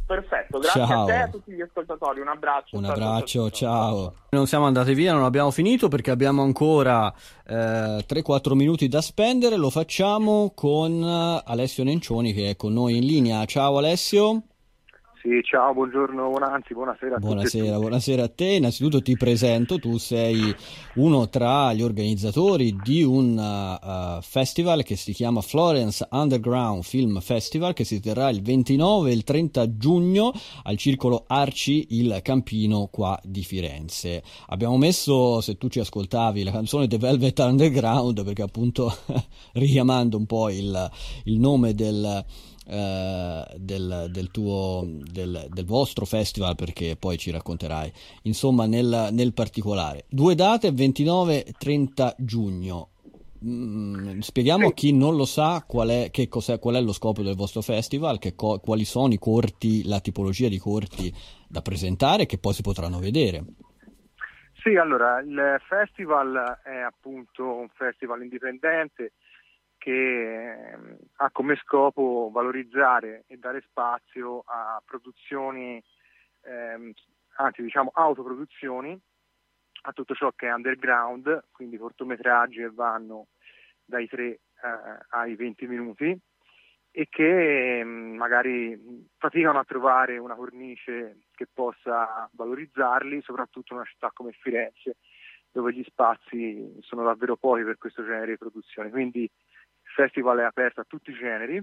[SPEAKER 17] Perfetto, grazie
[SPEAKER 1] ciao.
[SPEAKER 17] a te e a tutti gli ascoltatori, un abbraccio.
[SPEAKER 1] Un
[SPEAKER 17] ciao,
[SPEAKER 1] abbraccio,
[SPEAKER 17] ciao, ciao.
[SPEAKER 1] ciao. Non siamo andati via, non abbiamo finito perché abbiamo ancora eh, tre quattro minuti da spendere, lo facciamo con Alessio Nencioni che è con noi in linea. Ciao Alessio.
[SPEAKER 14] Sì, ciao, buongiorno, buona, anzi, buonasera a
[SPEAKER 1] Buonasera,
[SPEAKER 14] tutti.
[SPEAKER 1] buonasera a te. Innanzitutto ti presento, tu sei uno tra gli organizzatori di un uh, festival che si chiama Florence Underground Film Festival, che si terrà il ventinove e il trenta giugno al Circolo Arci il Campino qua di Firenze. Abbiamo messo, se tu ci ascoltavi, la canzone The Velvet Underground perché appunto richiamando un po' il, il nome del Uh, del, del tuo del, del vostro festival, perché poi ci racconterai insomma nel, nel particolare. Due date, ventinove e trenta giugno. Mm, spieghiamo a chi non lo sa qual è, che cos'è, qual è lo scopo del vostro festival, che co- quali sono i corti, la tipologia di corti da presentare che poi si potranno vedere.
[SPEAKER 14] Sì, allora il festival è appunto un festival indipendente che ha come scopo valorizzare e dare spazio a produzioni, ehm, anzi diciamo autoproduzioni, a tutto ciò che è underground, quindi cortometraggi che vanno dai tre eh, ai venti minuti e che ehm, magari faticano a trovare una cornice che possa valorizzarli, soprattutto in una città come Firenze, dove gli spazi sono davvero pochi per questo genere di produzioni. Quindi il festival è aperto a tutti i generi,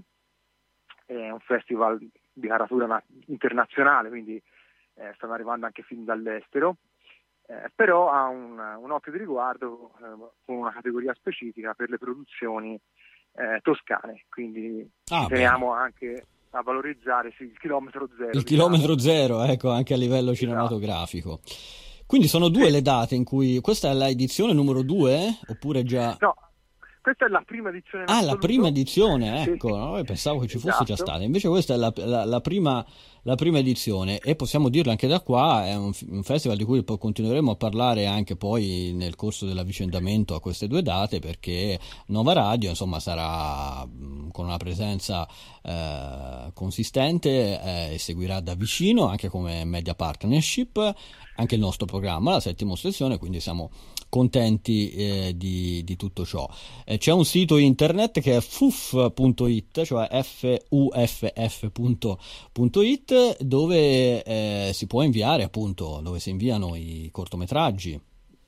[SPEAKER 14] è un festival di caratura na- internazionale, quindi eh, stanno arrivando anche film dall'estero, eh, però ha un, un occhio di riguardo eh, con una categoria specifica per le produzioni eh, toscane, quindi
[SPEAKER 1] ah,
[SPEAKER 14] teniamo bene. anche a valorizzare sì, il chilometro zero.
[SPEAKER 1] Il
[SPEAKER 14] diciamo.
[SPEAKER 1] chilometro zero, ecco, anche a livello esatto. cinematografico. Quindi sono due sì. le date in cui... Questa è la edizione numero due, oppure già...
[SPEAKER 14] No. Questa è la prima edizione.
[SPEAKER 1] Ah, la prima edizione, ecco, sì. no? Pensavo che ci fosse
[SPEAKER 14] esatto.
[SPEAKER 1] già stata. Invece questa è la, la, la, prima, la prima edizione e possiamo dirlo anche da qua, è un, un festival di cui poi continueremo a parlare anche poi nel corso dell'avvicendamento a queste due date, perché Nova Radio insomma sarà mh, con una presenza eh, consistente eh, e seguirà da vicino anche come media partnership anche il nostro programma, la settima sessione, quindi siamo contenti eh, di, di tutto ciò. Eh, c'è un sito internet che è fuff punto it, cioè f u f f punto it, dove eh, si può inviare appunto, dove si inviano i cortometraggi.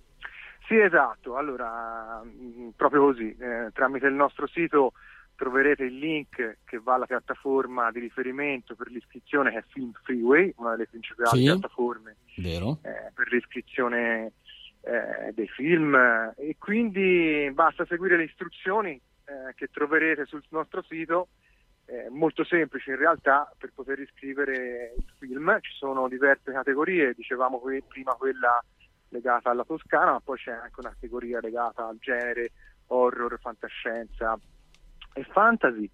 [SPEAKER 14] Sì, esatto, allora proprio così, eh, tramite il nostro sito troverete il link che va alla piattaforma di riferimento per l'iscrizione che è Film Freeway, una delle principali sì, piattaforme
[SPEAKER 1] vero.
[SPEAKER 14] Eh, per l'iscrizione eh, dei film, e quindi basta seguire le istruzioni eh, che troverete sul nostro sito, eh, molto semplici in realtà per poter iscrivere il film. Ci sono diverse categorie, dicevamo que- prima quella legata alla Toscana, ma poi c'è anche una categoria legata al genere horror, fantascienza e fantasy,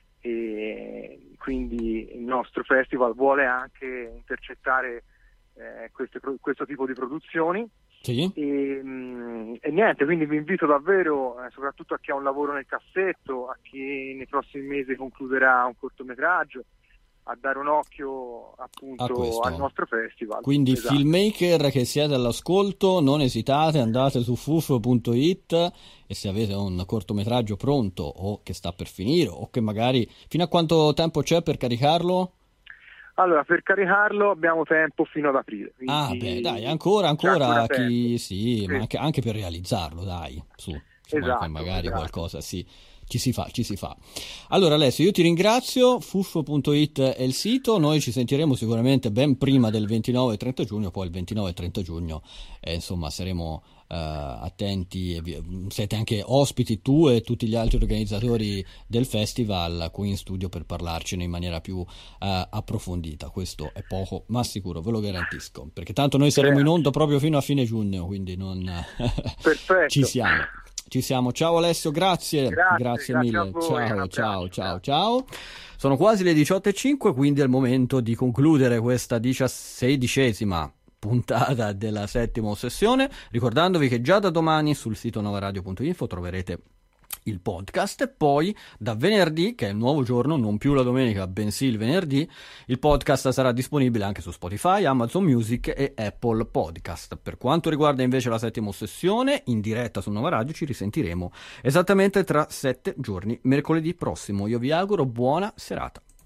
[SPEAKER 14] e quindi il nostro festival vuole anche intercettare eh, queste, questo tipo di produzioni.
[SPEAKER 1] Sì.
[SPEAKER 14] E, mh, e niente, quindi vi invito davvero, eh, soprattutto a chi ha un lavoro nel cassetto, a chi nei prossimi mesi concluderà un cortometraggio, a dare un occhio appunto al nostro festival.
[SPEAKER 1] Quindi
[SPEAKER 14] esatto.
[SPEAKER 1] Filmmaker che siete all'ascolto, non esitate, andate su fuff punto it e se avete un cortometraggio pronto o che sta per finire o che magari fino a quanto tempo c'è per caricarlo?
[SPEAKER 14] Allora, per caricarlo abbiamo tempo fino ad aprile.
[SPEAKER 1] Ah, beh, dai, ancora, ancora,
[SPEAKER 14] ancora
[SPEAKER 1] chi sì,
[SPEAKER 14] sì,
[SPEAKER 1] ma anche, anche per realizzarlo, dai, su,
[SPEAKER 14] esatto,
[SPEAKER 1] magari
[SPEAKER 14] esatto.
[SPEAKER 1] qualcosa, sì. Ci si fa, ci si fa. Allora Alessio, io ti ringrazio, fuff punto it è il sito, noi ci sentiremo sicuramente ben prima del ventinove e trenta giugno, poi il ventinove e trenta giugno, eh, insomma, saremo eh, attenti, e vi, siete anche ospiti tu e tutti gli altri organizzatori del festival qui in studio per parlarcene in maniera più eh, approfondita. Questo è poco, ma sicuro, ve lo garantisco, perché tanto noi saremo in onda proprio fino a fine giugno, quindi non
[SPEAKER 14] Perfetto.
[SPEAKER 1] ci siamo. Ci siamo, ciao Alessio, grazie,
[SPEAKER 14] grazie,
[SPEAKER 1] grazie,
[SPEAKER 14] grazie
[SPEAKER 1] mille,
[SPEAKER 14] voi,
[SPEAKER 1] ciao, ciao, ciao, ciao. Sono quasi le diciotto e cinque, quindi è il momento di concludere questa sedicesima puntata della settima ossessione, ricordandovi che già da domani sul sito novaradio punto info troverete il podcast, e poi da venerdì, che è il nuovo giorno, non più la domenica bensì il venerdì, il podcast sarà disponibile anche su Spotify, Amazon Music e Apple Podcast. Per quanto riguarda invece la settima ossessione, in diretta su Nova Radio ci risentiremo esattamente tra sette giorni, mercoledì prossimo. Io vi auguro buona serata.